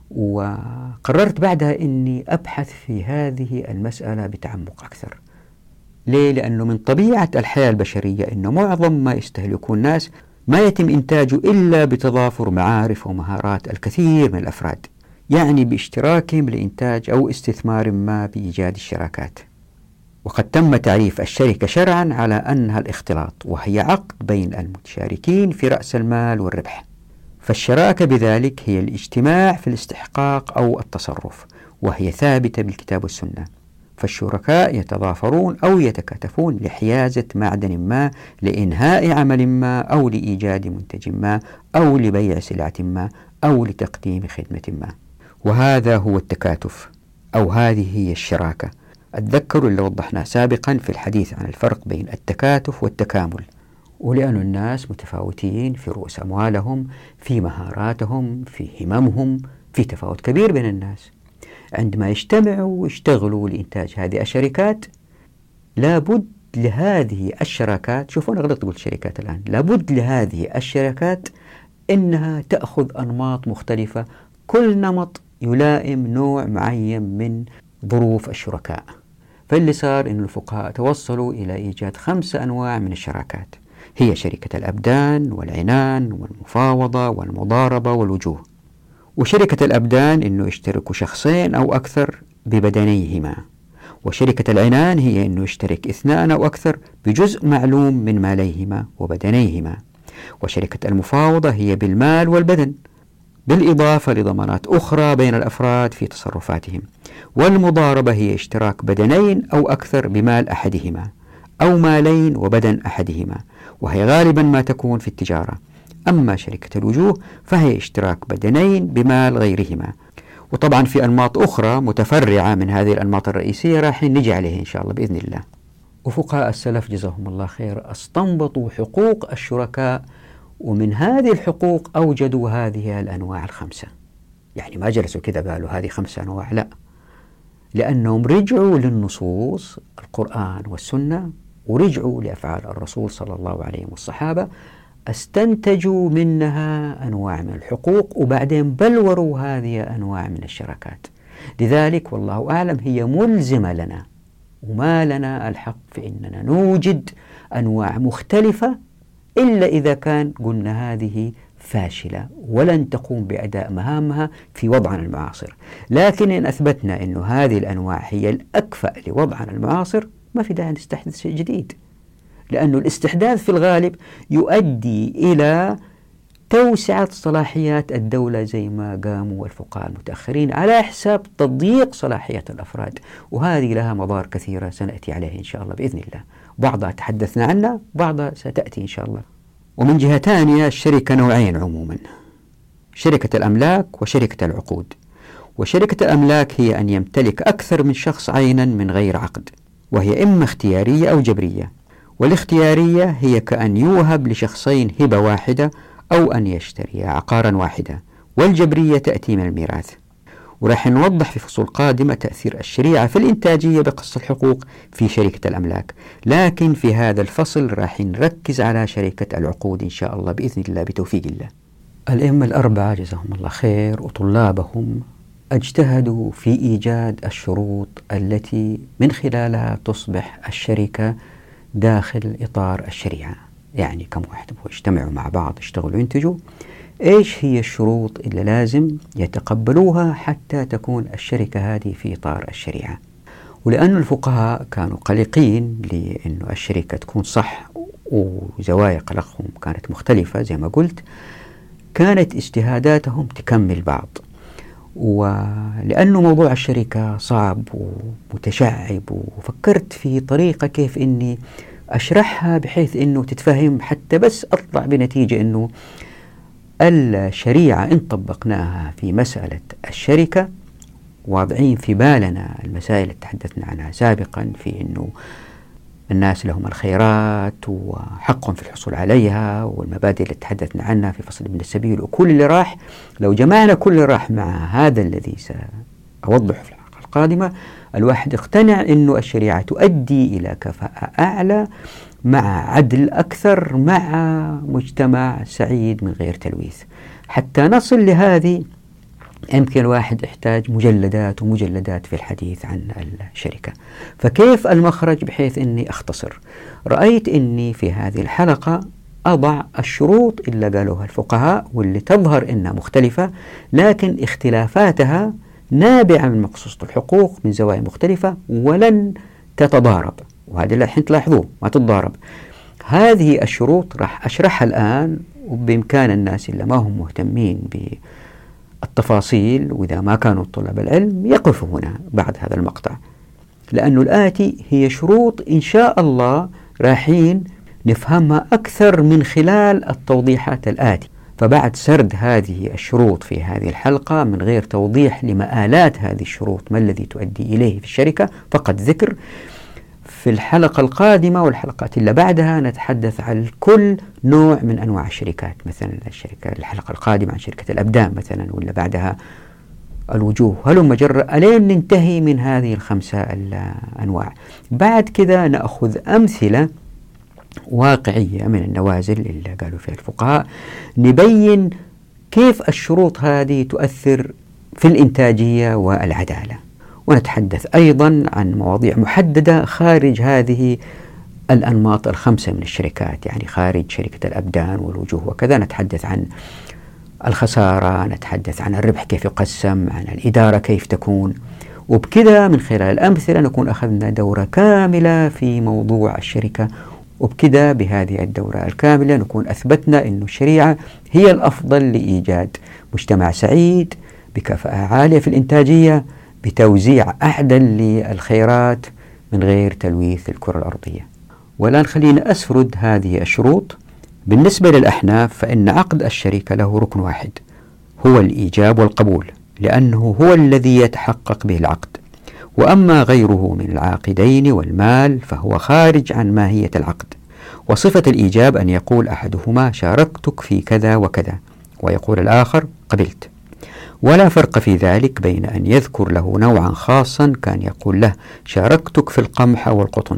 وقررت بعدها أني أبحث في هذه المسألة بتعمق أكثر. ليه؟ لأنه من طبيعة الحياة البشرية أنه معظم ما يستهلكون الناس ما يتم إنتاجه إلا بتضافر معارف ومهارات الكثير من الأفراد، يعني باشتراكهم لإنتاج أو استثمار ما بإيجاد الشراكات. وقد تم تعريف الشركة شرعا على أنها الاختلاط، وهي عقد بين المتشاركين في رأس المال والربح. فالشراكة بذلك هي الاجتماع في الاستحقاق أو التصرف، وهي ثابتة بالكتاب والسنة. فالشركاء يتضافرون أو يتكاتفون لحيازة معدن ما، لإنهاء عمل ما، أو لإيجاد منتج ما، أو لبيع سلعة ما، أو لتقديم خدمة ما. وهذا هو التكاتف، أو هذه هي الشراكة. أتذكروا اللي وضحناه سابقا في الحديث عن الفرق بين التكاتف والتكامل. ولأن الناس متفاوتين في رؤوس أموالهم، في مهاراتهم، في هممهم، في تفاوت كبير بين الناس. عندما يجتمعوا ويشتغلوا لإنتاج هذه الشركات، لابد لهذه الشراكات، شوفوا أنا غلطت قلت شركات الآن، لابد لهذه الشركات إنها تأخذ أنماط مختلفة، كل نمط يلائم نوع معين من ظروف الشركاء. فاللي صار إن الفقهاء توصلوا إلى إيجاد 5 أنواع من الشراكات، هي شركة الأبدان والعنان والمفاوضة والمضاربة والوجوه. وشركة الأبدان إنه يشتركوا شخصين أو أكثر ببدنيهما، وشركة العنان هي إنه يشترك 2 أو أكثر بجزء معلوم من ماليهما وبدنيهما، وشركة المفاوضة هي بالمال والبدن بالإضافة لضمانات أخرى بين الأفراد في تصرفاتهم، والمضاربة هي اشتراك بدنين أو أكثر بمال أحدهما أو مالين وبدن أحدهما، وهي غالبا ما تكون في التجارة. أما شركة الوجوه فهي اشتراك بدنين بمال غيرهما. وطبعا في أنماط أخرى متفرعة من هذه الأنماط الرئيسية راح نجي عليها إن شاء الله بإذن الله. وفقهاء السلف جزاهم الله خير استنبطوا حقوق الشركاء، ومن هذه الحقوق أوجدوا هذه الأنواع ال5. يعني ما جلسوا كذا قالوا هذه 5 أنواع، لا، لأنهم رجعوا للنصوص القرآن والسنة، ورجعوا لأفعال الرسول صلى الله عليه والصحابة، استنتجوا منها أنواع من الحقوق، وبعدين بلوروا هذه أنواع من الشراكات. لذلك والله أعلم هي ملزمة لنا، وما لنا الحق في أننا نوجد أنواع مختلفة إلا إذا كان قلنا هذه فاشلة ولن تقوم بأداء مهامها في وضعنا المعاصر. لكن إن أثبتنا أن هذه الأنواع هي الأكفأ لوضعنا المعاصر، ما في داعي نستحدث شيء جديد، لأن الاستحداث في الغالب يؤدي إلى توسعة صلاحيات الدولة زي ما قاموا الفقهاء المتأخرين على حساب تضييق صلاحيات الأفراد، وهذه لها مضار كثيرة سنأتي عليها إن شاء الله بإذن الله. بعضها تحدثنا عنها، بعضها ستأتي إن شاء الله. ومن جهة ثانية الشركة نوعين عموما: شركة الأملاك وشركة العقود. وشركة الأملاك هي أن يمتلك أكثر من شخص عينا من غير عقد، وهي إما اختيارية أو جبرية. والاختيارية هي كأن يوهب لشخصين هبة واحدة أو أن يشتري عقارا واحدة، والجبرية تأتي من الميراث. وراح نوضح في فصول قادمة تأثير الشريعة في الإنتاجية بقص الحقوق في شركة الأملاك، لكن في هذا الفصل راح نركز على شركة العقود إن شاء الله بإذن الله بتوفيق الله. الأئمة الأربعة جزاهم الله خير وطلابهم اجتهدوا في إيجاد الشروط التي من خلالها تصبح الشركة داخل إطار الشريعة. يعني كم واحد يجتمعوا مع بعض يشتغلوا ينتجوا، إيش هي الشروط اللي لازم يتقبلوها حتى تكون الشركة هذه في إطار الشريعة. ولأن الفقهاء كانوا قلقين لأن الشركة تكون صح، وزوايا قلقهم كانت مختلفة زي ما قلت، كانت اجتهاداتهم تكمل بعض. ولأنه موضوع الشركة صعب ومتشعب، وفكرت في طريقة كيف أني أشرحها بحيث أنه تتفهم، حتى بس أطلع بنتيجة أنه الشريعة إن طبقناها في مسألة الشركة واضعين في بالنا المسائل اللي تحدثنا عنها سابقا، في أنه الناس لهم الخيرات وحقهم في الحصول عليها، والمبادئ اللي تحدثنا عنها في فصل ابن السبيل، وكل اللي راح لو جمعنا كل اللي راح مع هذا الذي سأوضحه في الحلقة القادمة، الواحد يقتنع أنه الشريعة تؤدي إلى كفاءة أعلى مع عدل أكثر مع مجتمع سعيد من غير تلويث. حتى نصل لهذه يمكن الواحد يحتاج مجلدات ومجلدات في الحديث عن الشركة. فكيف المخرج بحيث أني أختصر؟ رأيت أني في هذه الحلقة أضع الشروط اللي قالوها الفقهاء واللي تظهر أنها مختلفة، لكن اختلافاتها نابعة من مقصوصة الحقوق من زوايا مختلفة ولن تتضارب، وهذا اللي الحين تلاحظوه ما تتضارب. هذه الشروط راح أشرحها الآن، وبإمكان الناس اللي ما هم مهتمين بالتفاصيل وإذا ما كانوا طلاب العلم يقفوا هنا بعد هذا المقطع، لأنه الآتي هي شروط إن شاء الله راحين نفهمها أكثر من خلال التوضيحات الآتي. فبعد سرد هذه الشروط في هذه الحلقة من غير توضيح لمآلات هذه الشروط ما الذي تؤدي إليه في الشركة، فقط ذكر، في الحلقة القادمة والحلقات اللي بعدها نتحدث عن كل نوع من أنواع الشركات. مثلا الحلقة القادمة عن شركة الأبدان مثلا، ولا بعدها الوجوه، هلم جرا ألين ننتهي من هذه الخمسة الأنواع. بعد كذا نأخذ أمثلة واقعية من النوازل اللي قالوا فيها الفقهاء، نبين كيف الشروط هذه تؤثر في الإنتاجية والعدالة، ونتحدث أيضا عن مواضيع محددة خارج هذه الأنماط الخمسة من الشركات، يعني خارج شركة الأبدان والوجوه وكذا. نتحدث عن الخسارة، نتحدث عن الربح كيف يقسم، عن الإدارة كيف تكون، وبكذا من خلال الأمثلة نكون أخذنا دورة كاملة في موضوع الشركة. وبكذا بهذه الدورة الكاملة نكون أثبتنا أن الشريعة هي الأفضل لإيجاد مجتمع سعيد بكفاءة عالية في الإنتاجية، بتوزيع أعدل للخيرات من غير تلويث الكرة الأرضية. والآن خلينا أسرد هذه الشروط. بالنسبة للأحناف فإن عقد الشركة له ركن واحد، هو الإيجاب والقبول، لأنه هو الذي يتحقق به العقد، وأما غيره من العاقدين والمال فهو خارج عن ماهية العقد. وصفة الإيجاب أن يقول أحدهما شاركتك في كذا وكذا، ويقول الآخر قبلت. ولا فرق في ذلك بين أن يذكر له نوعا خاصا كان يقول له شاركتك في القمح أو القطن،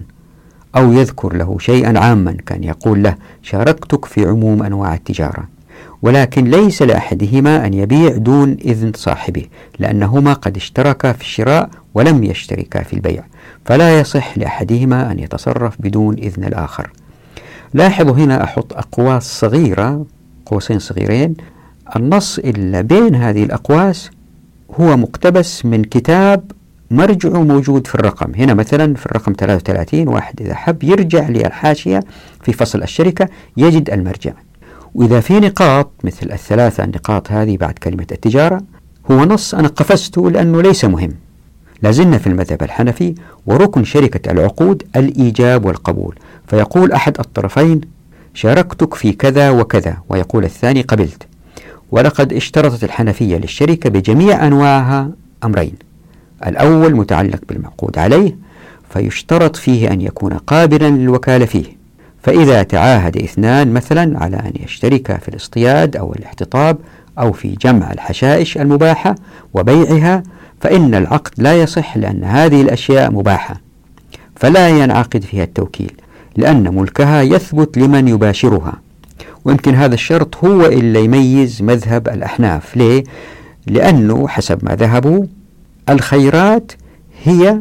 أو يذكر له شيئا عاما كان يقول له شاركتك في عموم أنواع التجارة، ولكن ليس لأحدهما أن يبيع دون إذن صاحبه، لأنهما قد اشتركا في الشراء ولم يشتركا في البيع، فلا يصح لأحدهما أن يتصرف بدون إذن الآخر. لاحظوا هنا أحط أقواس صغيرة، قوسين صغيرين. النص اللي بين هذه الأقواس هو مقتبس من كتاب مرجعه موجود في الرقم، هنا مثلا في الرقم 33. واحد إذا حب يرجع للحاشية في فصل الشركة يجد المرجع. وإذا في نقاط مثل الثلاثة النقاط هذه بعد كلمة التجارة، هو نص أنا قفزته لأنه ليس مهم. لازلنا في المذهب الحنفي، وركن شركة العقود الإيجاب والقبول، فيقول أحد الطرفين شاركتك في كذا وكذا، ويقول الثاني قبلت. ولقد اشترطت الحنفية للشركة بجميع أنواعها أمرين: الأول متعلق بالمعقود عليه، فيشترط فيه أن يكون قابلا للوكالة فيه، فإذا تعاهد اثنان مثلا على أن يشتركا في الاصطياد أو الاحتطاب أو في جمع الحشائش المباحة وبيعها، فإن العقد لا يصح، لأن هذه الأشياء مباحة، فلا ينعقد فيها التوكيل، لأن ملكها يثبت لمن يباشرها. ويمكن هذا الشرط هو اللي يميز مذهب الأحناف. ليه؟ لأنه حسب ما ذهبوا الخيرات هي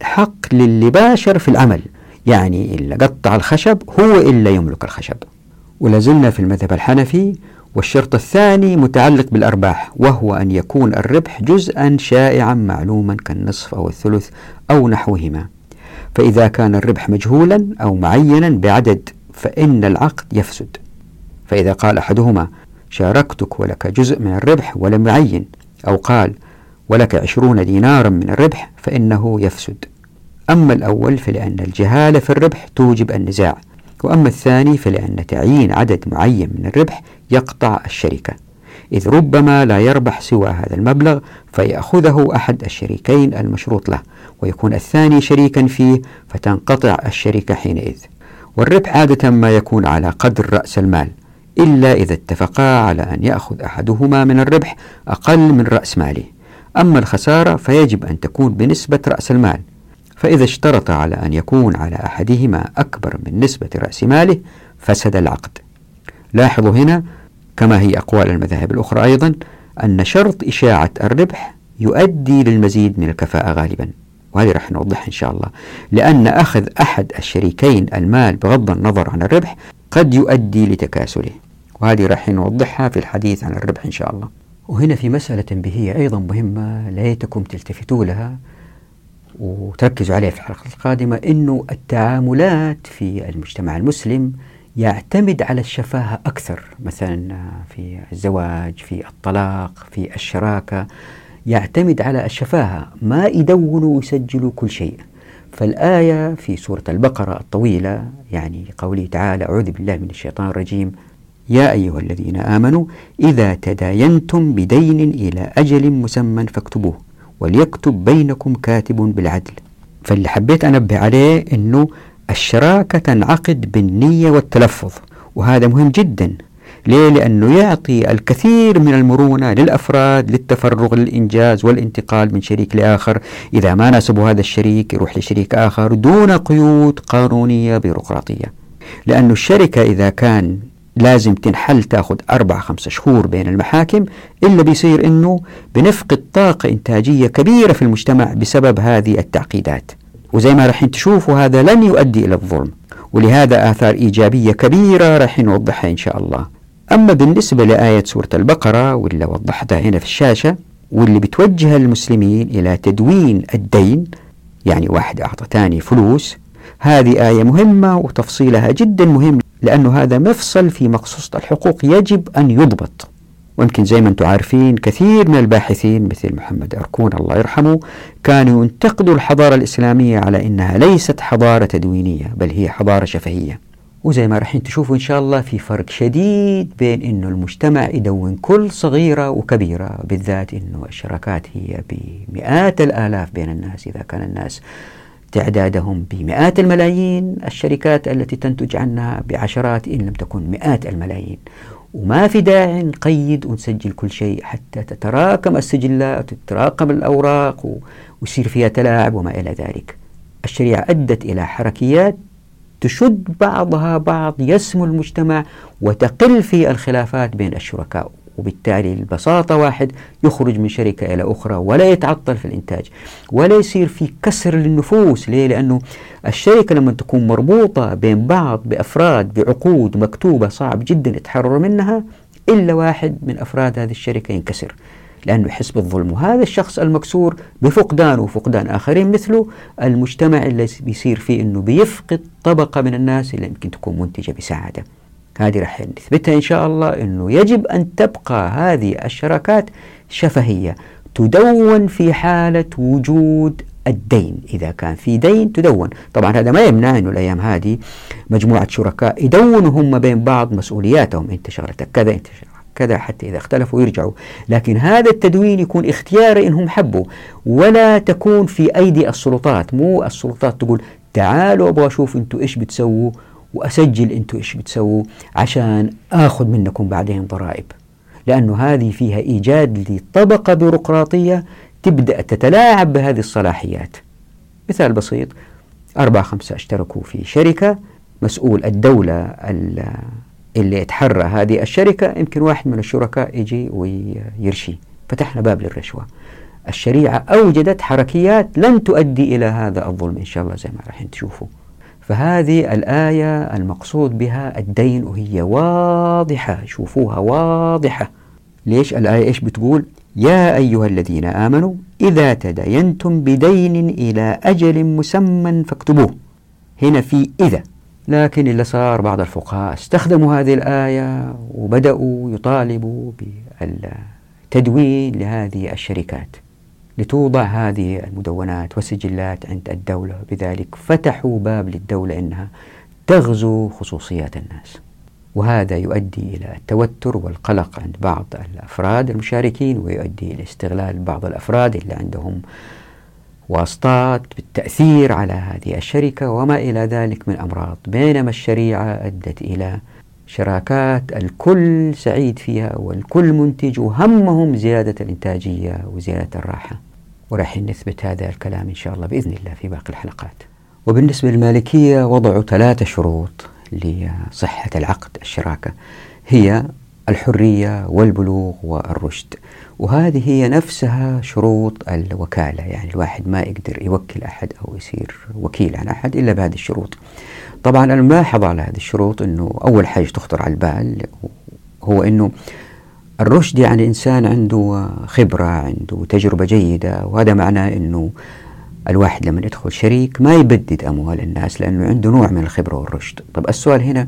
حق للي باشر في العمل، يعني اللي قطع الخشب هو اللي يملك الخشب. ولازلنا في المذهب الحنفي، والشرط الثاني متعلق بالأرباح، وهو أن يكون الربح جزءا شائعا معلوما كالنصف أو الثلث أو نحوهما. فإذا كان الربح مجهولا أو معينا بعدد فإن العقد يفسد. فإذا قال أحدهما شاركتك ولك جزء من الربح ولم يعين، أو قال ولك 20 دينارا من الربح، فإنه يفسد. أما الأول فلأن الجهالة في الربح توجب النزاع، وأما الثاني فلأن تعيين عدد معين من الربح يقطع الشركة، إذ ربما لا يربح سوى هذا المبلغ فيأخذه أحد الشريكين المشروط له، ويكون الثاني شريكا فيه فتنقطع الشركة حينئذ. والربح عادة ما يكون على قدر رأس المال، إلا إذا اتفقا على أن يأخذ أحدهما من الربح أقل من رأس ماله. أما الخسارة فيجب أن تكون بنسبة رأس المال، فإذا اشترط على أن يكون على أحدهما أكبر من نسبة رأس ماله فسد العقد. لاحظوا هنا كما هي أقوال المذاهب الأخرى أيضا أن شرط إشاعة الربح يؤدي للمزيد من الكفاءة غالبا، وهذه رح نوضحها إن شاء الله، لأن أخذ أحد الشريكين المال بغض النظر عن الربح قد يؤدي لتكاسله، وهذه رح نوضحها في الحديث عن الربح إن شاء الله. وهنا في مسألة تنبيهية أيضا مهمة ليتكم تلتفتوا لها وتركزوا عليها في الحلقة القادمة، أنه التعاملات في المجتمع المسلم يعتمد على الشفاهة أكثر، مثلا في الزواج، في الطلاق، في الشراكة، يعتمد على الشفاهة، ما يدونوا ويسجلوا كل شيء. فالآية في سورة البقرة الطويلة، يعني قوله تعالى أعوذ بالله من الشيطان الرجيم يا أيها الذين آمنوا إذا تداينتم بدين إلى أجل مسمى فاكتبوه وليكتب بينكم كاتب بالعدل. فاللي حبيت أنبه عليه أنه الشراكة تنعقد بالنية والتلفظ، وهذا مهم جدا. ليه؟ لأنه يعطي الكثير من المرونة للأفراد للتفرغ للإنجاز والانتقال من شريك لآخر، إذا ما ناسبه هذا الشريك يروح لشريك آخر دون قيود قانونية بيروقراطية. لأن الشركة إذا كان لازم تنحل تأخذ 4-5 شهور بين المحاكم، إلا بيصير أنه بنفقد طاقة إنتاجية كبيرة في المجتمع بسبب هذه التعقيدات، وزي ما رح تشوفوا هذا لن يؤدي إلى الظلم، ولهذا آثار إيجابية كبيرة رح نوضحها إن شاء الله. أما بالنسبة لآية سورة البقرة واللي وضحتها هنا في الشاشة، واللي بتوجه المسلمين إلى تدوين الدين، يعني واحد أعطى تاني فلوس، هذه آية مهمة وتفصيلها جدا مهم، لأنه هذا مفصل في مقصوصة الحقوق يجب أن يضبط. ويمكن زي ما أنتم عارفين كثير من الباحثين مثل محمد أركون الله يرحمه كانوا ينتقدوا الحضارة الإسلامية على أنها ليست حضارة تدوينية، بل هي حضارة شفهية. وزي ما راح تشوفوا إن شاء الله في فرق شديد بين أنه المجتمع يدون كل صغيرة وكبيرة، بالذات أنه الشراكات هي بمئات الآلاف بين الناس، إذا كان الناس تعدادهم بمئات الملايين، الشركات التي تنتج عنها بعشرات إن لم تكن مئات الملايين. وما في داعي نقيد ونسجل كل شيء حتى تتراكم السجلات وتتراكم الأوراق ويصير فيها تلاعب وما إلى ذلك. الشريعة أدت إلى حركيات تشد بعضها بعض، يسمو المجتمع وتقل في الخلافات بين الشركاء، وبالتالي البساطة واحد يخرج من شركة إلى أخرى ولا يتعطل في الإنتاج ولا يصير في كسر للنفوس. ليه؟ لأنه الشركة لما تكون مربوطة بين بعض بأفراد بعقود مكتوبة صعب جدا يتحرر منها إلا واحد من أفراد هذه الشركة ينكسر، لأنه يحس بالظلم، وهذا الشخص المكسور بفقدانه وفقدان آخرين مثله، المجتمع اللي بيصير فيه أنه بيفقد طبقة من الناس اللي يمكن تكون منتجة بسعادة. هذه رح نثبتها إن شاء الله، أنه يجب أن تبقى هذه الشراكات شفهية، تدون في حالة وجود الدين. إذا كان في دين تدون. طبعا هذا ما يمنع أنه الأيام هذه مجموعة شركاء يدونوا هم بين بعض مسؤولياتهم، أنت شغلتك كذا أنت كذا، حتى إذا اختلفوا يرجعوا، لكن هذا التدوين يكون اختياري إنهم حبوا، ولا تكون في أيدي السلطات. مو السلطات تقول تعالوا أبغى أشوف أنتوا إيش بتسووا وأسجل أنتوا إيش بتسووا عشان أخذ منكم بعدين ضرائب، لأنه هذه فيها إيجاد لطبقة بيروقراطية تبدأ تتلاعب بهذه الصلاحيات. مثال بسيط، 4-5 اشتركوا في شركة، مسؤول الدولة اللي يتحرى هذه الشركة يمكن واحد من الشركاء يجي ويرشي، فتحنا باب للرشوة. الشريعة أوجدت حركيات لن تؤدي إلى هذا الظلم إن شاء الله زي ما راح تشوفوا. فهذه الآية المقصود بها الدين، وهي واضحة، شوفوها واضحة. ليش الآية إيش بتقول؟ يا أيها الذين آمنوا إذا تداينتم بدين إلى أجل مسمى فاكتبوه. هنا في إذا، لكن اللي صار بعض الفقهاء استخدموا هذه الآية وبدأوا يطالبوا بالتدوين لهذه الشركات لتوضع هذه المدونات والسجلات عند الدولة، بذلك فتحوا باب للدولة أنها تغزو خصوصيات الناس، وهذا يؤدي إلى التوتر والقلق عند بعض الأفراد المشاركين، ويؤدي إلى استغلال بعض الأفراد اللي عندهم واسطات بالتأثير على هذه الشركة وما إلى ذلك من أمراض. بينما الشريعة أدت إلى شراكات الكل سعيد فيها والكل منتج وهمهم زيادة الإنتاجية وزيادة الراحة، ورح نثبت هذا الكلام إن شاء الله بإذن الله في باقي الحلقات. وبالنسبة للمالكية وضعوا 3 شروط لصحة العقد الشراكة، هي الحرية والبلوغ والرشد، وهذه هي نفسها شروط الوكالة، يعني الواحد ما يقدر يوكل أحد أو يصير وكيل عن أحد إلا بهذه الشروط. طبعا الملاحظة على هذه الشروط أنه أول حاجة تخطر على البال هو أنه الرشد يعني إنسان عنده خبرة، عنده تجربة جيدة، وهذا معناه أنه الواحد لما يدخل شريك ما يبدد أموال الناس لأنه عنده نوع من الخبرة والرشد. طب السؤال هنا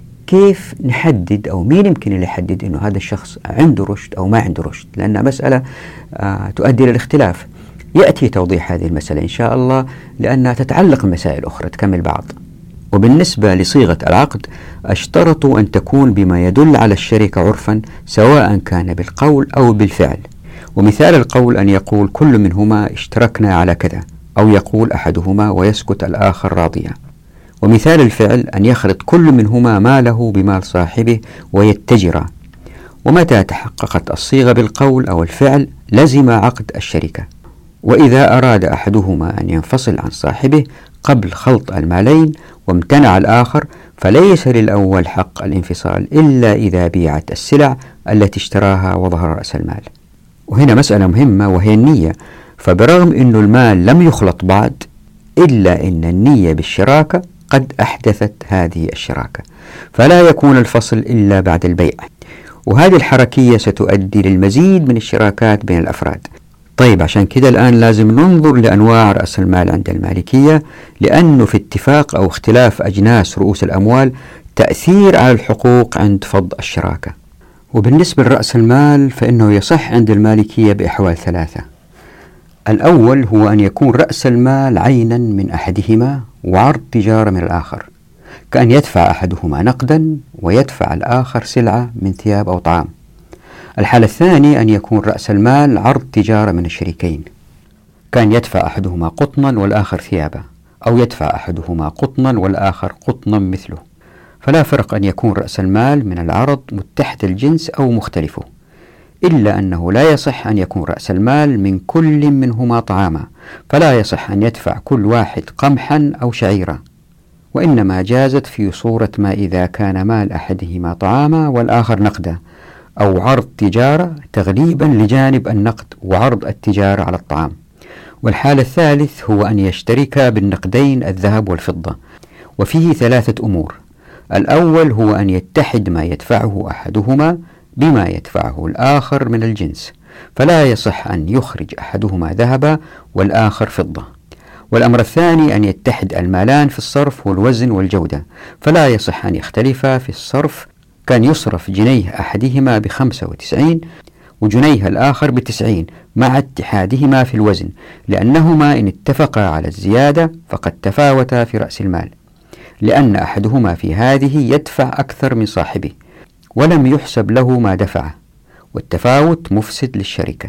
كيف نحدد أو مين يمكن اللي يحدد أنه هذا الشخص عنده رشد أو ما عنده رشد؟ لأن مسألة تؤدي إلى الاختلاف. يأتي توضيح هذه المسألة إن شاء الله لأنها تتعلق بمسائل أخرى تكمل بعض. وبالنسبة لصيغة العقد اشترطوا أن تكون بما يدل على الشركة عرفا سواء كان بالقول أو بالفعل. ومثال القول أن يقول كل منهما اشتركنا على كذا، أو يقول أحدهما ويسكت الآخر راضيا. ومثال الفعل أن يخلط كل منهما ماله بمال صاحبه ويتجرا. ومتى تحققت الصيغة بالقول أو الفعل لزم عقد الشركة. وإذا أراد أحدهما أن ينفصل عن صاحبه قبل خلط المالين وامتنع الآخر فليس للأول حق الانفصال إلا إذا بيعت السلع التي اشتراها وظهر رأس المال. وهنا مسألة مهمة وهي النية، فبرغم أن المال لم يخلط بعد إلا أن النية بالشراكة قد أحدثت هذه الشراكة، فلا يكون الفصل إلا بعد البيع، وهذه الحركية ستؤدي للمزيد من الشراكات بين الأفراد. طيب عشان كده الآن لازم ننظر لأنواع رأس المال عند المالكية، لأنه في اتفاق أو اختلاف أجناس رؤوس الأموال تأثير على الحقوق عند فض الشراكة. وبالنسبة لرأس المال فإنه يصح عند المالكية بأحوال 3. الأول هو أن يكون رأس المال عينا من أحدهما وعرض تجارة من الآخر، كأن يدفع أحدهما نقدا ويدفع الآخر سلعة من ثياب أو طعام. الحالة الثانية أن يكون رأس المال عرض تجارة من الشريكين، كان يدفع أحدهما قطنا والآخر ثيابا، أو يدفع أحدهما قطنا والآخر قطنا مثله. فلا فرق أن يكون رأس المال من العرض متحد الجنس أو مختلفه، إلا أنه لا يصح أن يكون رأس المال من كل منهما طعاما، فلا يصح أن يدفع كل واحد قمحا أو شعيرا، وإنما جازت في صورة ما إذا كان مال أحدهما طعاما والآخر نقدا، أو عرض تجارة تغليبا لجانب النقد وعرض التجارة على الطعام. والحال الثالث هو أن يشتركا بالنقدين الذهب والفضة، وفيه 3 أمور. الأول هو أن يتحد ما يدفعه أحدهما بما يدفعه الآخر من الجنس، فلا يصح أن يخرج أحدهما ذهبا والآخر فضة. والأمر الثاني أن يتحد المالان في الصرف والوزن والجودة، فلا يصح أن يختلفا في الصرف، كان يصرف جنيه أحدهما ب95 وجنيه الآخر ب90 مع اتحادهما في الوزن، لأنهما إن اتفقا على الزيادة فقد تفاوتا في رأس المال، لأن أحدهما في هذه يدفع أكثر من صاحبه ولم يحسب له ما دفعه، والتفاوت مفسد للشركة.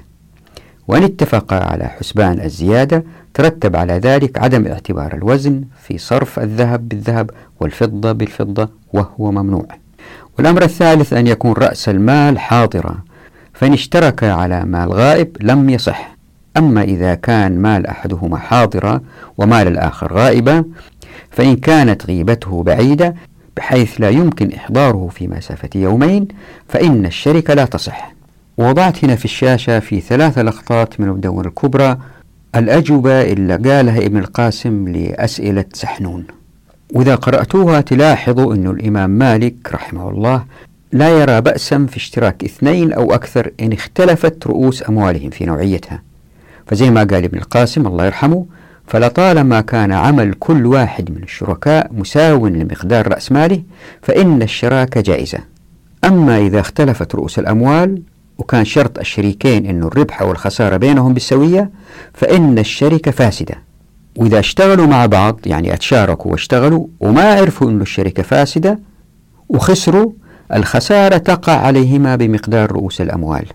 وإن اتفقا على حسبان الزيادة ترتب على ذلك عدم اعتبار الوزن في صرف الذهب بالذهب والفضة بالفضة، وهو ممنوع. والأمر الثالث أن يكون رأس المال حاضرا، فإن اشترك على مال غائب لم يصح. أما إذا كان مال أحدهما حاضرا ومال الآخر غائبا، فإن كانت غيبته بعيدة بحيث لا يمكن إحضاره في مسافة يومين، فإن الشركة لا تصح. ووضعت هنا في الشاشة في 3 لقطات من المدونة الكبرى الأجوبة اللي قالها ابن القاسم لأسئلة سحنون، وإذا قرأتوها تلاحظوا أن الإمام مالك رحمه الله لا يرى بأسا في اشتراك 2 أو أكثر إن اختلفت رؤوس أموالهم في نوعيتها. فزي ما قال ابن القاسم الله يرحمه: فلطالما كان عمل كل واحد من الشركاء مساو لمقدار رأس ماله فإن الشراكة جائزة. أما إذا اختلفت رؤوس الأموال وكان شرط الشريكين أن الربح والخسارة بينهم بالسوية، فإن الشركة فاسدة. وإذا اشتغلوا مع بعض، يعني اتشاركوا واشتغلوا وما عرفوا أن الشركة فاسدة وخسروا، الخسارة تقع عليهما بمقدار رؤوس الأموال،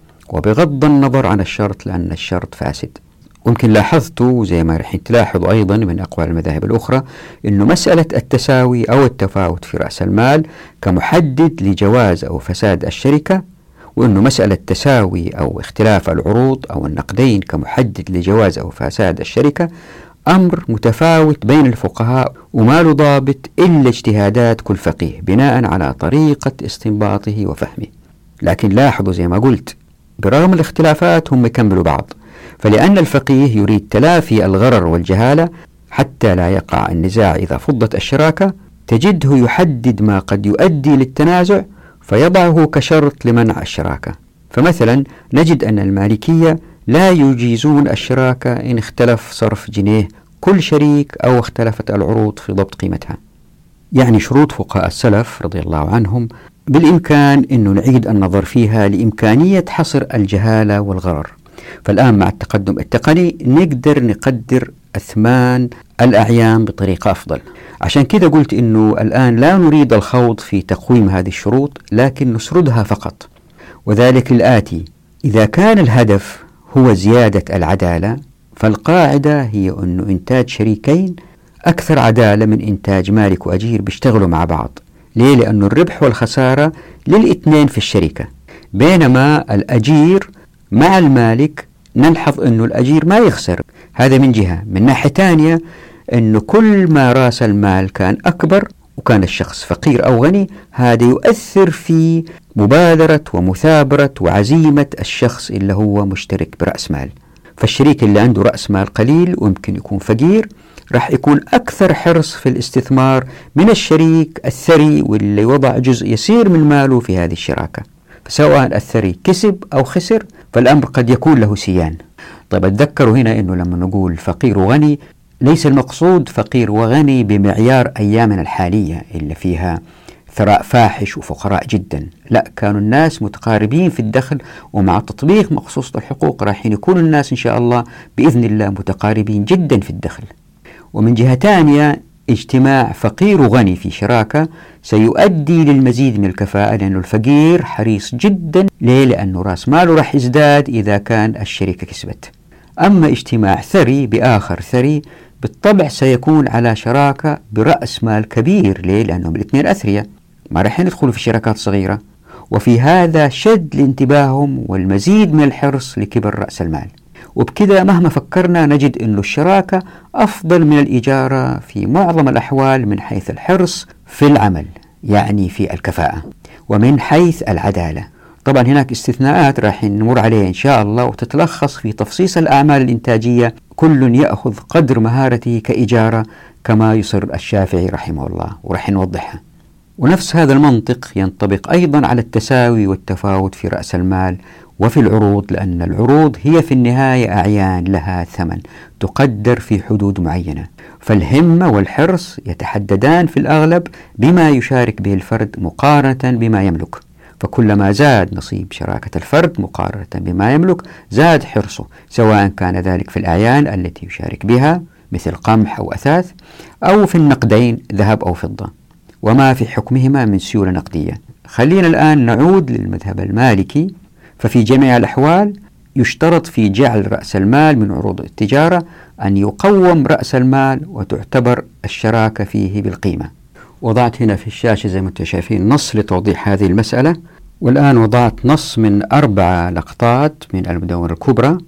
وبغض النظر عن الشرط، لأن الشرط فاسد. ويمكن لاحظتوا زي ما رح تلاحظوا أيضا من أقوال المذاهب الأخرى أنه مسألة التساوي أو التفاوت في رأس المال كمحدد لجواز أو فساد الشركة، وأنه مسألة تساوي أو اختلاف العروض أو النقدين كمحدد لجواز أو فساد الشركة أمر متفاوت بين الفقهاء، وما له ضابط إلا اجتهادات كل فقيه بناء على طريقة استنباطه وفهمه. لكن لاحظوا زي ما قلت، برغم الاختلافات هم يكملوا بعض، فلأن الفقيه يريد تلافي الغرر والجهالة حتى لا يقع النزاع إذا فضت الشراكة، تجده يحدد ما قد يؤدي للتنازع فيضعه كشرط لمنع الشراكة. فمثلا نجد أن المالكية لا يجيزون الشراكة إن اختلف صرف جنيه كل شريك أو اختلفت العروض في ضبط قيمتها. يعني شروط فقهاء السلف رضي الله عنهم بالإمكان أنه نعيد النظر فيها لإمكانية حصر الجهالة والغرر. فالآن مع التقدم التقني نقدر نقدر أثمان الأعيان بطريقة أفضل. عشان كده قلت أنه الآن لا نريد الخوض في تقويم هذه الشروط، لكن نسردها فقط، وذلك الآتي: إذا كان الهدف هو زيادة العدالة، فالقاعدة هي أنه إنتاج شريكين أكثر عدالة من إنتاج مالك وأجير بيشتغلوا مع بعض. ليه؟ لأنه الربح والخسارة للاثنين في الشركة، بينما الأجير مع المالك نلحظ أنه الأجير ما يخسر. هذا من جهة. من ناحية تانية أنه كل ما رأس المال كان أكبر وكان الشخص فقير أو غني، هذا يؤثر في مبادرة ومثابرة وعزيمة الشخص اللي هو مشترك برأس مال. فالشريك اللي عنده رأس مال قليل ويمكن يكون فقير راح يكون أكثر حرص في الاستثمار من الشريك الثري واللي وضع جزء يسير من ماله في هذه الشراكة. فسواء الثري كسب أو خسر فالأمر قد يكون له سيان. طيب اتذكروا هنا أنه لما نقول فقير وغني ليس المقصود فقير وغني بمعيار أيامنا الحالية اللي فيها ثراء فاحش وفقراء جدا. لا، كانوا الناس متقاربين في الدخل، ومع تطبيق مقصوصة الحقوق راح يكون الناس إن شاء الله بإذن الله متقاربين جدا في الدخل. ومن جهة تانية اجتماع فقير وغني في شراكة سيؤدي للمزيد من الكفاءة، لأنه الفقير حريص جدا. ليه؟ لأنه رأس ماله راح يزداد إذا كان الشركة كسبت. أما اجتماع ثري بآخر ثري بالطبع سيكون على شراكة برأس مال كبير. ليه؟ لأنهم الاثنين أثرياء، ما راح يدخلوا في شراكات صغيرة، وفي هذا شد لانتباههم والمزيد من الحرص لكبر رأس المال. وبكذا مهما فكرنا نجد أن الشراكة أفضل من الإجارة في معظم الأحوال من حيث الحرص في العمل، يعني في الكفاءة، ومن حيث العدالة. طبعا هناك استثناءات راح نمر عليها إن شاء الله، وتتلخص في تفصيص الأعمال الإنتاجية، كل يأخذ قدر مهارته كإجارة كما يصر الشافعي رحمه الله، وراح نوضحها. ونفس هذا المنطق ينطبق أيضا على التساوي والتفاوت في رأس المال وفي العروض، لأن العروض هي في النهاية أعيان لها ثمن تقدر في حدود معينة، فالهمة والحرص يتحددان في الأغلب بما يشارك به الفرد مقارنة بما يملك. فكلما زاد نصيب شراكة الفرد مقارنة بما يملك زاد حرصه، سواء كان ذلك في الأعيان التي يشارك بها مثل قمح أو أثاث، أو في النقدين ذهب أو فضة، وما في حكمهما من سيولة نقدية. خلينا الآن نعود للمذهب المالكي. ففي جميع الأحوال يشترط في جعل رأس المال من عروض التجارة أن يقوم رأس المال وتعتبر الشراكة فيه بالقيمة. وضعت هنا في الشاشة زي ما انتم شايفين نص لتوضيح هذه المسألة، والآن وضعت نص من 4 لقطات من المدونة الكبرى،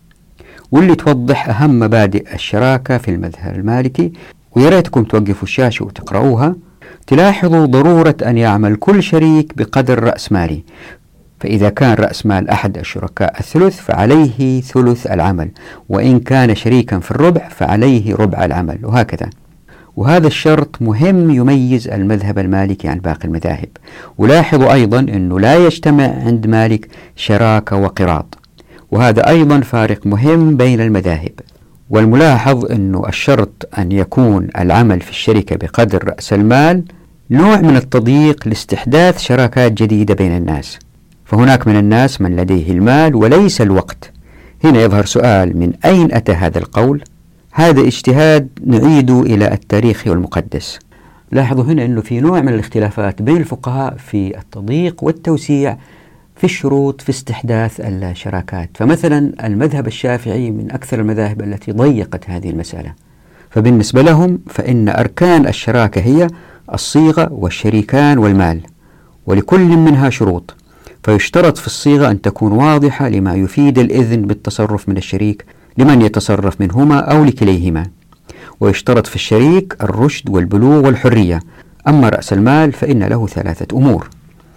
واللي توضح أهم مبادئ الشراكة في المذهب المالكي. وياريتكم توقفوا الشاشة وتقرؤوها. تلاحظوا ضرورة أن يعمل كل شريك بقدر رأس مالي، فإذا كان رأس مال أحد الشركاء الثلث فعليه ثلث العمل، وإن كان شريكا في الربع فعليه ربع العمل، وهكذا. وهذا الشرط مهم يميز المذهب المالكي عن باقي المذاهب. ولاحظوا أيضا أنه لا يجتمع عند مالك شراكة وقراض، وهذا أيضا فارق مهم بين المذاهب. والملاحظ أنه الشرط أن يكون العمل في الشركة بقدر رأس المال نوع من التضييق لاستحداث شراكات جديدة بين الناس، فهناك من الناس من لديه المال وليس الوقت. هنا يظهر سؤال: من أين أتى هذا القول؟ هذا اجتهاد نعيد إلى التاريخ والمقدس. لاحظوا هنا أنه في نوع من الاختلافات بين الفقهاء في التضييق والتوسيع في الشروط في استحداث الشراكات. فمثلا المذهب الشافعي من أكثر المذاهب التي ضيقت هذه المسألة، فبالنسبة لهم فإن أركان الشراكة هي الصيغة والشريكان والمال، ولكل منها شروط. فيشترط في الصيغة أن تكون واضحة لما يفيد الإذن بالتصرف من الشريك لمن يتصرف منهما أو لكليهما. ويشترط في الشريك الرشد والبلوغ والحرية. أما رأس المال فإن له 3 أمور: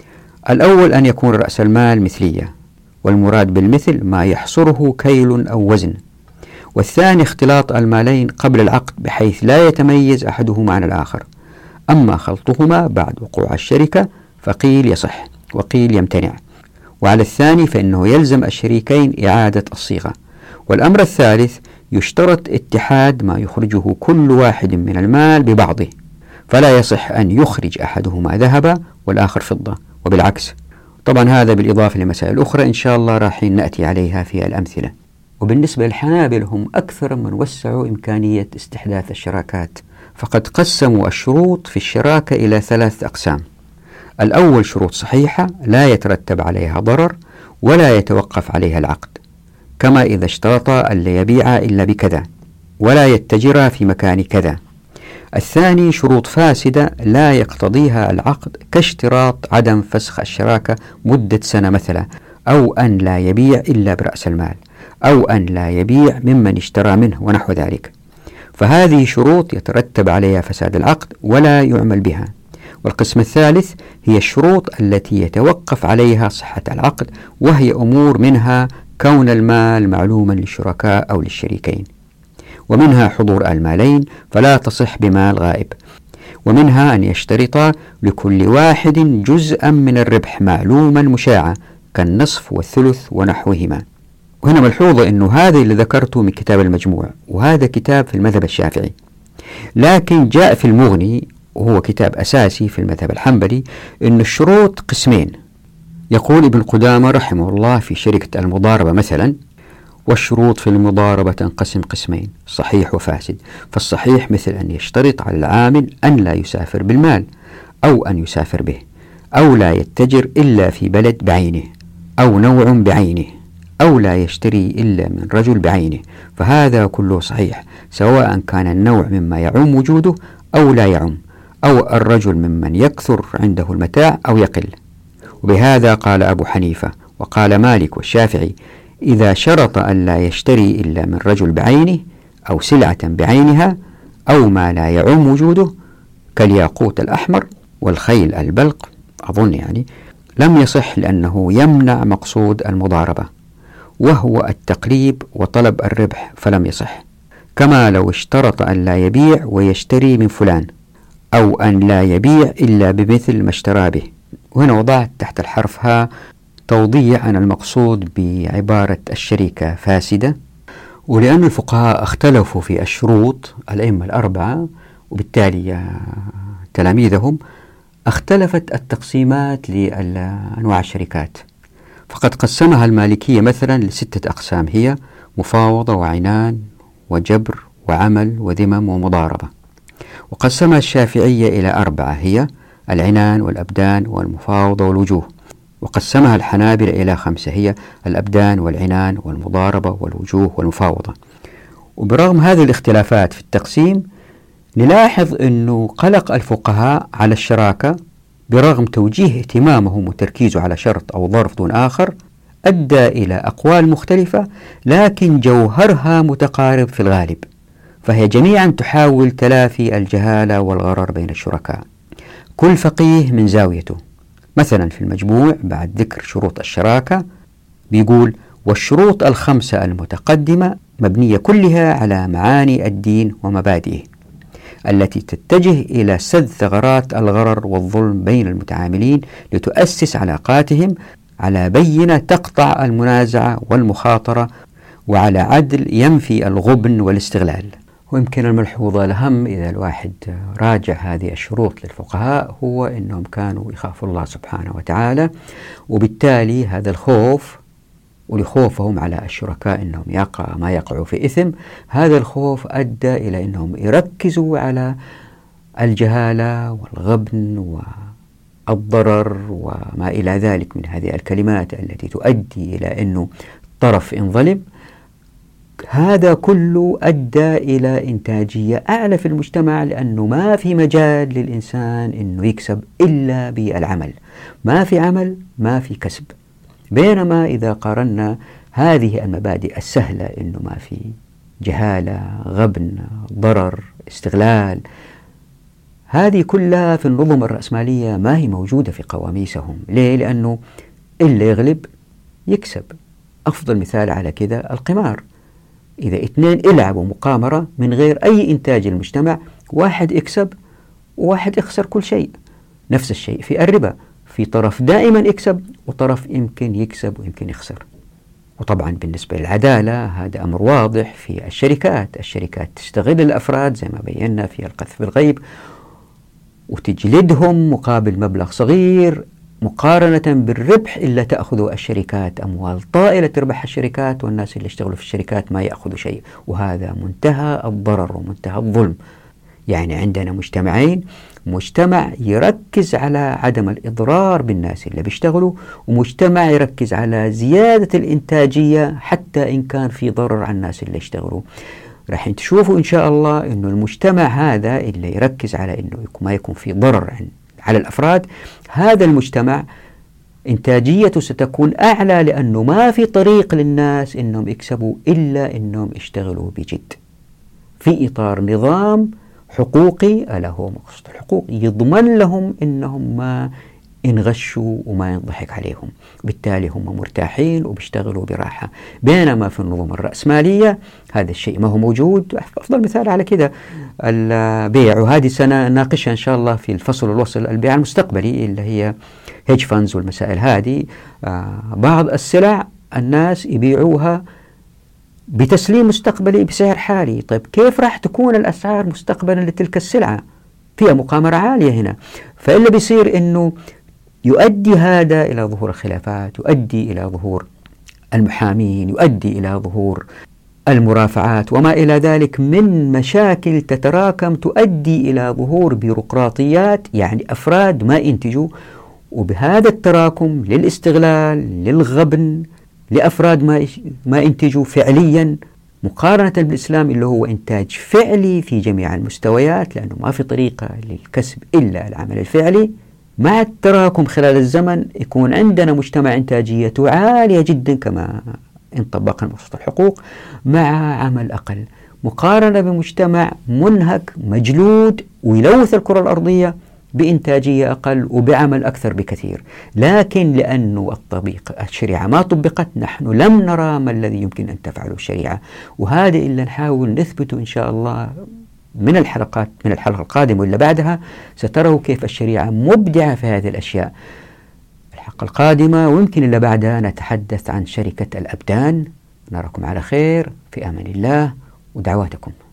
الأول أن يكون رأس المال مثلية، والمراد بالمثل ما يحصره كيل أو وزن. والثاني اختلاط المالين قبل العقد بحيث لا يتميز أحدهما عن الآخر. أما خلطهما بعد وقوع الشركة فقيل يصح وقيل يمتنع. وعلى الثاني فإنه يلزم الشريكين إعادة الصيغة. والأمر الثالث يشترط اتحاد ما يخرجه كل واحد من المال ببعضه، فلا يصح أن يخرج أحدهما ذهبا والآخر فضة، وبالعكس. طبعا هذا بالإضافة لمسائل أخرى إن شاء الله راح نأتي عليها في الأمثلة. وبالنسبة للحنابل هم أكثر من وسعوا إمكانية استحداث الشراكات، فقد قسموا الشروط في الشراكة إلى 3 أقسام. الأول شروط صحيحة لا يترتب عليها ضرر ولا يتوقف عليها العقد، كما إذا اشترط ألا يبيع إلا بكذا ولا يتجر في مكان كذا. الثاني شروط فاسدة لا يقتضيها العقد، كاشتراط عدم فسخ الشراكة مدة سنة مثلا، أو أن لا يبيع إلا برأس المال، أو أن لا يبيع ممن اشترى منه ونحو ذلك. فهذه شروط يترتب عليها فساد العقد ولا يعمل بها. والقسم الثالث هي الشروط التي يتوقف عليها صحة العقد، وهي أمور منها كون المال معلوما للشركاء أو للشريكين، ومنها حضور المالين فلا تصح بمال غائب، ومنها أن يشترط لكل واحد جزءا من الربح معلوما مشاعا كالنصف والثلث ونحوهما. وهنا ملحوظة أنه هذا اللي ذكرته من كتاب المجموع، وهذا كتاب في المذهب الشافعي، لكن جاء في المغني وهو كتاب أساسي في المذهب الحنبلي أن الشروط قسمين. يقول ابن قدامة رحمه الله في شركة المضاربة مثلا: والشروط في المضاربة تنقسم قسمين: صحيح وفاسد. فالصحيح مثل أن يشترط على العامل أن لا يسافر بالمال، أو أن يسافر به، أو لا يتجر إلا في بلد بعينه، أو نوع بعينه، أو لا يشتري إلا من رجل بعينه، فهذا كله صحيح، سواء كان النوع مما يعم وجوده أو لا يعم، أو الرجل ممن يكثر عنده المتاع أو يقل. وبهذا قال أبو حنيفة وقال مالك والشافعي: إذا شرط أن لا يشتري إلا من رجل بعينه أو سلعة بعينها أو ما لا يعم وجوده كالياقوت الأحمر والخيل البلق، أظن يعني، لم يصح، لأنه يمنع مقصود المضاربة وهو التقريب وطلب الربح، فلم يصح. كما لو اشترط أن لا يبيع ويشتري من فلان، أو أن لا يبيع إلا بمثل ما اشترى به. وهنا وضعت تحت الحرف ها توضيح أن المقصود بعبارة الشركة فاسدة، ولأن الفقهاء اختلفوا في الشروط، الأئمة الأربعة وبالتالي تلاميذهم، اختلفت التقسيمات لأنواع الشركات، فقد قسمها المالكية مثلا ل6 أقسام، هي مفاوضة وعنان وجبر وعمل وذمم ومضاربة. وقسمها الشافعية إلى 4، هي العنان والأبدان والمفاوضة والوجوه. وقسمها الحنابلة إلى 5، هي الأبدان والعنان والمضاربة والوجوه والمفاوضة. وبرغم هذه الاختلافات في التقسيم، نلاحظ أنه قلق الفقهاء على الشراكة برغم توجيه اهتمامهم وتركيزه على شرط أو ظرف دون آخر أدى إلى أقوال مختلفة، لكن جوهرها متقارب في الغالب، فهي جميعا تحاول تلافي الجهالة والغرر بين الشركاء، كل فقيه من زاويته. مثلا في المجموع بعد ذكر شروط الشراكة بيقول: والشروط ال5 المتقدمة مبنية كلها على معاني الدين ومبادئه التي تتجه إلى سد ثغرات الغرر والظلم بين المتعاملين لتؤسس علاقاتهم على بينة تقطع المنازعة والمخاطرة، وعلى عدل ينفي الغبن والاستغلال. ويمكن الملحوظة الأهم إذا الواحد راجع هذه الشروط للفقهاء هو أنهم كانوا يخافوا الله سبحانه وتعالى، وبالتالي هذا الخوف ولخوفهم على الشركاء أنهم ما يقعوا في إثم، هذا الخوف أدى إلى أنهم يركزوا على الجهالة والغبن والضرر وما إلى ذلك من هذه الكلمات التي تؤدي إلى أنه طرف إن ظلم. هذا كله أدى إلى إنتاجية أعلى في المجتمع، لأنه ما في مجال للإنسان أنه يكسب إلا بالعمل، ما في عمل ما في كسب. بينما إذا قارنا هذه المبادئ السهلة، أنه ما في جهالة، غبن، ضرر، استغلال، هذه كلها في النظم الرأسمالية ما هي موجودة في قواميسهم. ليه؟ لأنه اللي يغلب يكسب. أفضل مثال على كذا القمار. إذا 2 يلعبوا مقامرة من غير أي إنتاج للمجتمع، واحد يكسب وواحد يخسر كل شيء. نفس الشيء في الربا، في طرف دائما يكسب وطرف يمكن يكسب ويمكن يخسر. وطبعا بالنسبة للعدالة هذا أمر واضح في الشركات تستغل الأفراد زي ما بينا في القذف بالغيب وتجلدهم مقابل مبلغ صغير مقارنة بالربح إلا تأخذ الشركات أموال طائلة تربح الشركات، والناس اللي يشتغلوا في الشركات ما يأخذوا شيء. وهذا منتهى الضرر ومنتهى الظلم. يعني عندنا مجتمعين، مجتمع يركز على عدم الإضرار بالناس اللي بيشتغلوا، ومجتمع يركز على زيادة الإنتاجية حتى إن كان في ضرر على الناس اللي يشتغلوا. راح تشوفوا إن شاء الله إنه المجتمع هذا اللي يركز على إنه ما يكون في ضرر على الأفراد، هذا المجتمع إنتاجيته ستكون أعلى، لأنه ما في طريق للناس إنهم يكسبوا إلا إنهم يشتغلوا بجد في إطار نظام حقوقي، ألا هو مقصود الحقوق، يضمن لهم إنهم ما ينغشوا وما ينضحك عليهم، بالتالي هم مرتاحين وبيشتغلوا براحة. بينما في النظم الرأسمالية هذا الشيء ما هو موجود. أفضل مثال على كده البيع، وهذه سنة ناقشها إن شاء الله في الفصل الوصل، البيع المستقبلي اللي هي هيج فاندز والمسائل هذه. بعض السلع الناس يبيعوها بتسليم مستقبلي بسعر حالي. طيب كيف راح تكون الأسعار مستقبلا لتلك السلعة؟ فيها مقامرة عالية هنا. فإلا بيصير أنه يؤدي هذا إلى ظهور الخلافات، يؤدي إلى ظهور المحامين، يؤدي إلى ظهور المرافعات وما إلى ذلك من مشاكل تتراكم تؤدي إلى ظهور بيروقراطيات، يعني أفراد ما ينتجوا، وبهذا التراكم للاستغلال، للغبن، لأفراد ما ينتجوا فعليا، مقارنة بالإسلام اللي هو إنتاج فعلي في جميع المستويات، لأنه ما في طريقة للكسب إلا العمل الفعلي. مع التراكم خلال الزمن يكون عندنا مجتمع إنتاجيته عالية جدا كما إن طبقنا مبسوط الحقوق، مع عمل أقل، مقارنة بمجتمع منهك مجلود ويلوث الكرة الأرضية بإنتاجية أقل وبعمل أكثر بكثير. لكن لأنه الشريعة ما طبقت، نحن لم نرى ما الذي يمكن أن تفعله الشريعة، وهذا إلا نحاول نثبته إن شاء الله من الحلقة القادمة واللي بعدها. ستروا كيف الشريعة مبدعة في هذه الأشياء. الحلقة القادمة ويمكن اللي بعدها نتحدث عن شركة الأبدان. نراكم على خير، في أمان الله ودعواتكم.